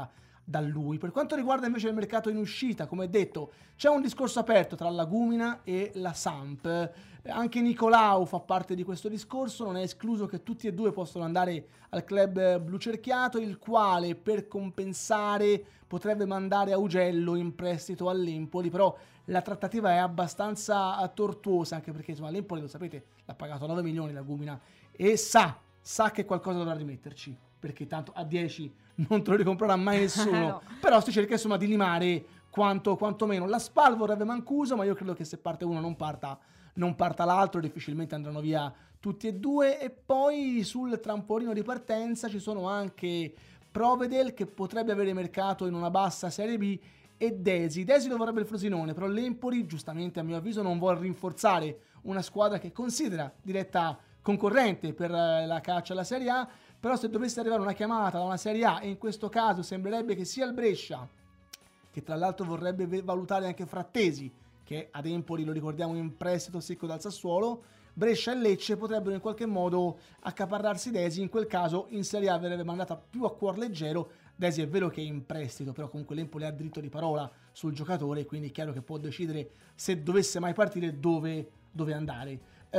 da lui. Per quanto riguarda invece il mercato in uscita, come detto, c'è un discorso aperto tra Lagumina e la Samp. Anche Nicolau fa parte di questo discorso, non è escluso che tutti e due possano andare al club blucerchiato, il quale per compensare potrebbe mandare Augello in prestito all'Empoli, però la trattativa è abbastanza tortuosa, anche perché insomma l'Empoli, lo sapete, l'ha pagato nove milioni Lagumina e sa, sa che qualcosa dovrà rimetterci, perché tanto a dieci non te lo ricomprerà mai nessuno. No. Però si cerca insomma di limare quanto, quanto meno. La Spal vorrebbe Mancuso, ma io credo che se parte uno non parta, non parta l'altro, difficilmente andranno via tutti e due. E poi sul trampolino di partenza ci sono anche Provedel, che potrebbe avere mercato in una bassa Serie B, e Desi. Desi lo vorrebbe il Frosinone, però l'Empoli, giustamente a mio avviso, non vuole rinforzare una squadra che considera diretta concorrente per la caccia alla Serie A. Però se dovesse arrivare una chiamata da una Serie A, e in questo caso sembrerebbe che sia il Brescia, che tra l'altro vorrebbe valutare anche Frattesi, che ad Empoli lo ricordiamo in prestito secco dal Sassuolo, Brescia e Lecce potrebbero in qualche modo accaparrarsi Desi. In quel caso in Serie A verrebbe mandata più a cuor leggero. Desi è vero che è in prestito, però comunque l'Empoli ha diritto di parola sul giocatore, quindi è chiaro che può decidere, se dovesse mai partire, dove, dove andare.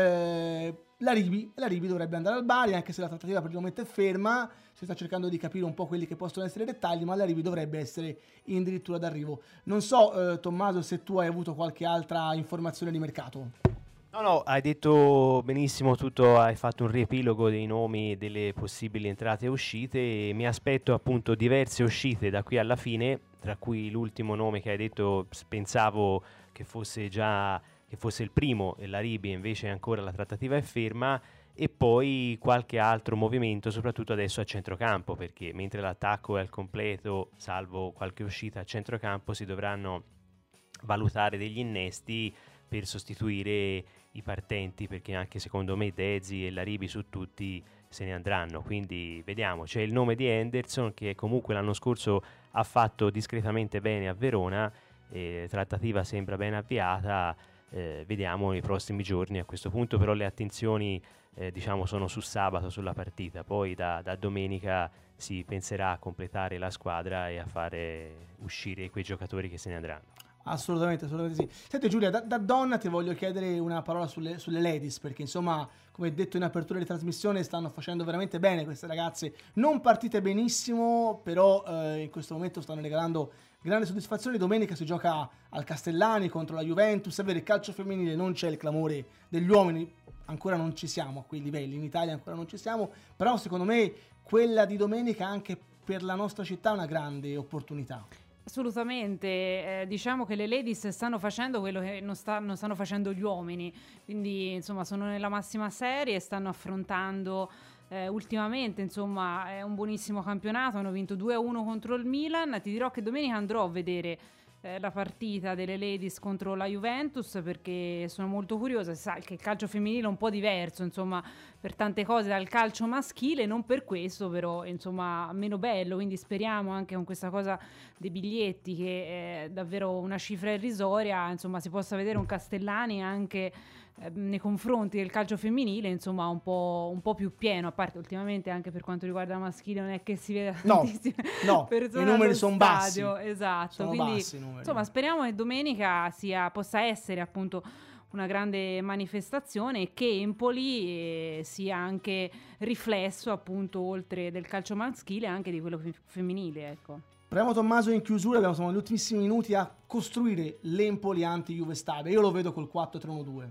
Eh, la Ribi, la Ribi dovrebbe andare al Bari, anche se la trattativa per il momento è ferma. Si sta cercando di capire un po' quelli che possono essere i dettagli, ma la Ribi dovrebbe essere in dirittura d'arrivo. Non so, eh, Tommaso, se tu hai avuto qualche altra informazione di mercato. No, no, hai detto benissimo tutto, hai fatto un riepilogo dei nomi, delle possibili entrate e uscite, e mi aspetto appunto diverse uscite da qui alla fine, tra cui l'ultimo nome che hai detto pensavo che fosse già che fosse il primo, e la Ribi, invece ancora la trattativa è ferma, e poi qualche altro movimento, soprattutto adesso a centrocampo, perché mentre l'attacco è al completo, salvo qualche uscita a centrocampo, si dovranno valutare degli innesti per sostituire i partenti, perché anche secondo me Dezi e la Ribi su tutti se ne andranno, quindi vediamo. C'è il nome di Henderson, che comunque l'anno scorso ha fatto discretamente bene a Verona, eh, trattativa sembra ben avviata, eh, vediamo nei prossimi giorni. A questo punto però le attenzioni eh, diciamo sono su sabato, sulla partita, poi da, da domenica si penserà a completare la squadra e a fare uscire quei giocatori che se ne andranno. Assolutamente, assolutamente sì. Senti Giulia, da, da donna ti voglio chiedere una parola sulle, sulle ladies, perché insomma, come detto in apertura di trasmissione, stanno facendo veramente bene queste ragazze. Non partite benissimo, però eh, in questo momento stanno regalando grande soddisfazione. Domenica si gioca al Castellani contro la Juventus. È vero, il calcio femminile non c'è il clamore degli uomini, ancora non ci siamo a quei livelli, in Italia ancora non ci siamo, però secondo me quella di domenica anche per la nostra città è una grande opportunità. Assolutamente, eh, diciamo che le ladies stanno facendo quello che non, sta, non stanno facendo gli uomini, quindi insomma sono nella massima serie e stanno affrontando eh, ultimamente, insomma è un buonissimo campionato, hanno vinto due a uno contro il Milan. Ti dirò che domenica andrò a vedere eh, la partita delle ladies contro la Juventus, perché sono molto curiosa. Sai che il calcio femminile è un po' diverso, insomma, per tante cose dal calcio maschile, non per questo però, insomma, meno bello, quindi speriamo anche con questa cosa dei biglietti, che è davvero una cifra irrisoria, insomma, si possa vedere un Castellani anche eh, nei confronti del calcio femminile, insomma, un po', un po' più pieno, a parte ultimamente anche per quanto riguarda la maschile non è che si veda no, tantissime no, persone i numeri sono bassi, esatto, sono quindi bassi i numeri. Insomma, speriamo che domenica sia, possa essere appunto una grande manifestazione e che Empoli eh, sia anche riflesso appunto oltre del calcio maschile anche di quello f- femminile, ecco. Proviamo Tommaso in chiusura, abbiamo insomma, gli ultimissimi minuti a costruire l'Empoli anti-Juve Stabia. Io lo vedo col quattro tre uno due.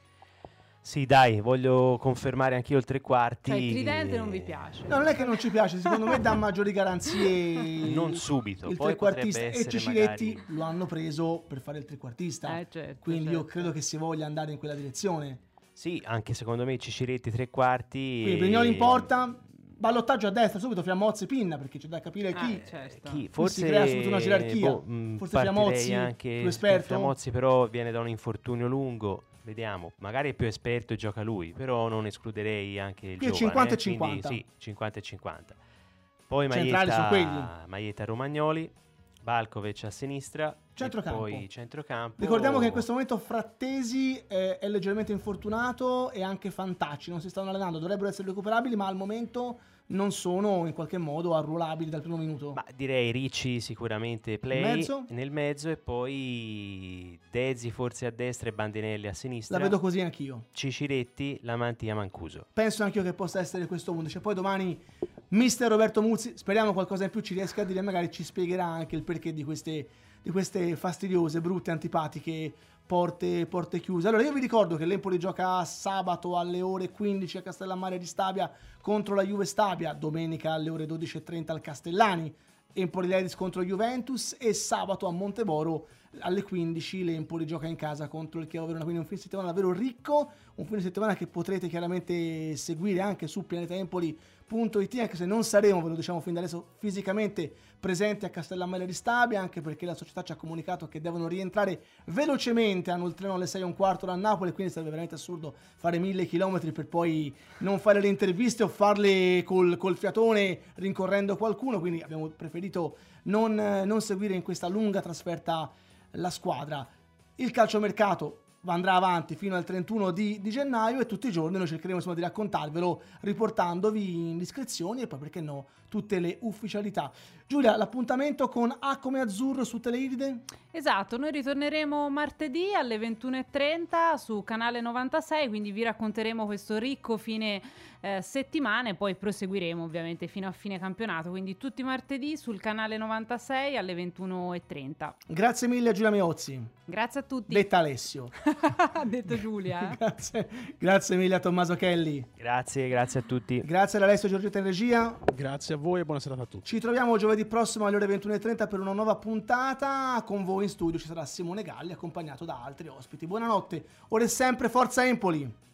Sì, dai, voglio confermare anch'io il tre quarti. Cioè il tridente non vi piace? No, non è che non ci piace, secondo me dà maggiori garanzie. Non subito, il poi trequartista, e Ciciretti magari... lo hanno preso per fare il trequartista. Eh, certo, quindi certo. io credo che si voglia andare in quella direzione. Sì, anche secondo me Ciciretti tre quarti. Quindi e... Brignoli in porta, ballottaggio a destra, subito Fiammozzi Pinna, perché c'è da capire chi. Ah, certo. Chi? Forse si crea subito una gerarchia. boh, mh, Forse Fiammozzi, anche più esperto. Fiammozzi però viene da un infortunio lungo. Vediamo, magari è più esperto e gioca lui, però non escluderei anche il qui è giovane. cinquanta e eh, quindi, cinquanta. sì, cinquanta e cinquanta. Poi Centrali sono Maietta, quelli. Maietta Romagnoli. Balkovic a sinistra, Centrocampo. e poi centrocampo. Ricordiamo che in questo momento Frattesi eh, è leggermente infortunato e anche Fantacci non si stanno allenando, dovrebbero essere recuperabili, ma al momento non sono in qualche modo arruolabili dal primo minuto. Ma direi Ricci sicuramente play Nel mezzo? nel mezzo e poi Dezzi forse a destra e Bandinelli a sinistra. La vedo così anch'io. Ciciretti, Lamantia, Mancuso. Penso anch'io che possa essere questo undici. Poi domani mister Roberto Muzzi, speriamo qualcosa in più ci riesca a dire, magari ci spiegherà anche il perché di queste, di queste fastidiose, brutte, antipatiche porte, porte chiuse. Allora io vi ricordo che l'Empoli gioca sabato alle ore quindici a Castellammare di Stabia contro la Juve Stabia, domenica alle ore dodici e trenta al Castellani, Empoli Ladies contro Juventus, e sabato a Monteboro alle quindici l'Empoli gioca in casa contro il Chievo Verona. Quindi un fine settimana davvero ricco, un fine settimana che potrete chiaramente seguire anche su pianetaempoli punto it, anche se non saremo, ve lo diciamo fin da adesso, fisicamente presenti a Castellammare di Stabia, anche perché la società ci ha comunicato che devono rientrare velocemente, hanno il treno alle sei e un quarto da Napoli, quindi sarebbe veramente assurdo fare mille chilometri per poi non fare le interviste o farle col, col fiatone rincorrendo qualcuno, quindi abbiamo preferito non, non seguire in questa lunga trasferta la squadra. Il calciomercato andrà avanti fino al trentuno di, di gennaio e tutti i giorni noi cercheremo insomma di raccontarvelo riportandovi indiscrezioni e poi perché no tutte le ufficialità. Giulia, l'appuntamento con A come Azzurro su Teleiride? Esatto, noi ritorneremo martedì alle ventuno e trenta su Canale novantasei, quindi vi racconteremo questo ricco fine eh, settimana e poi proseguiremo ovviamente fino a fine campionato, quindi tutti i martedì sul Canale novantasei alle ventuno e trenta. Grazie mille a Giulia Meozzi. Grazie a tutti. Detta Alessio. Ha detto Giulia. Eh? grazie, grazie mille a Tommaso Kelly. Grazie, grazie a tutti. Grazie ad Alessio Giorgetta in regia. Grazie a voi e buona serata a tutti. Ci troviamo giovedì prossimo alle ore ventuno e trenta per una nuova puntata. Con voi in studio ci sarà Simone Galli accompagnato da altri ospiti. Buonanotte, ora è sempre Forza Empoli.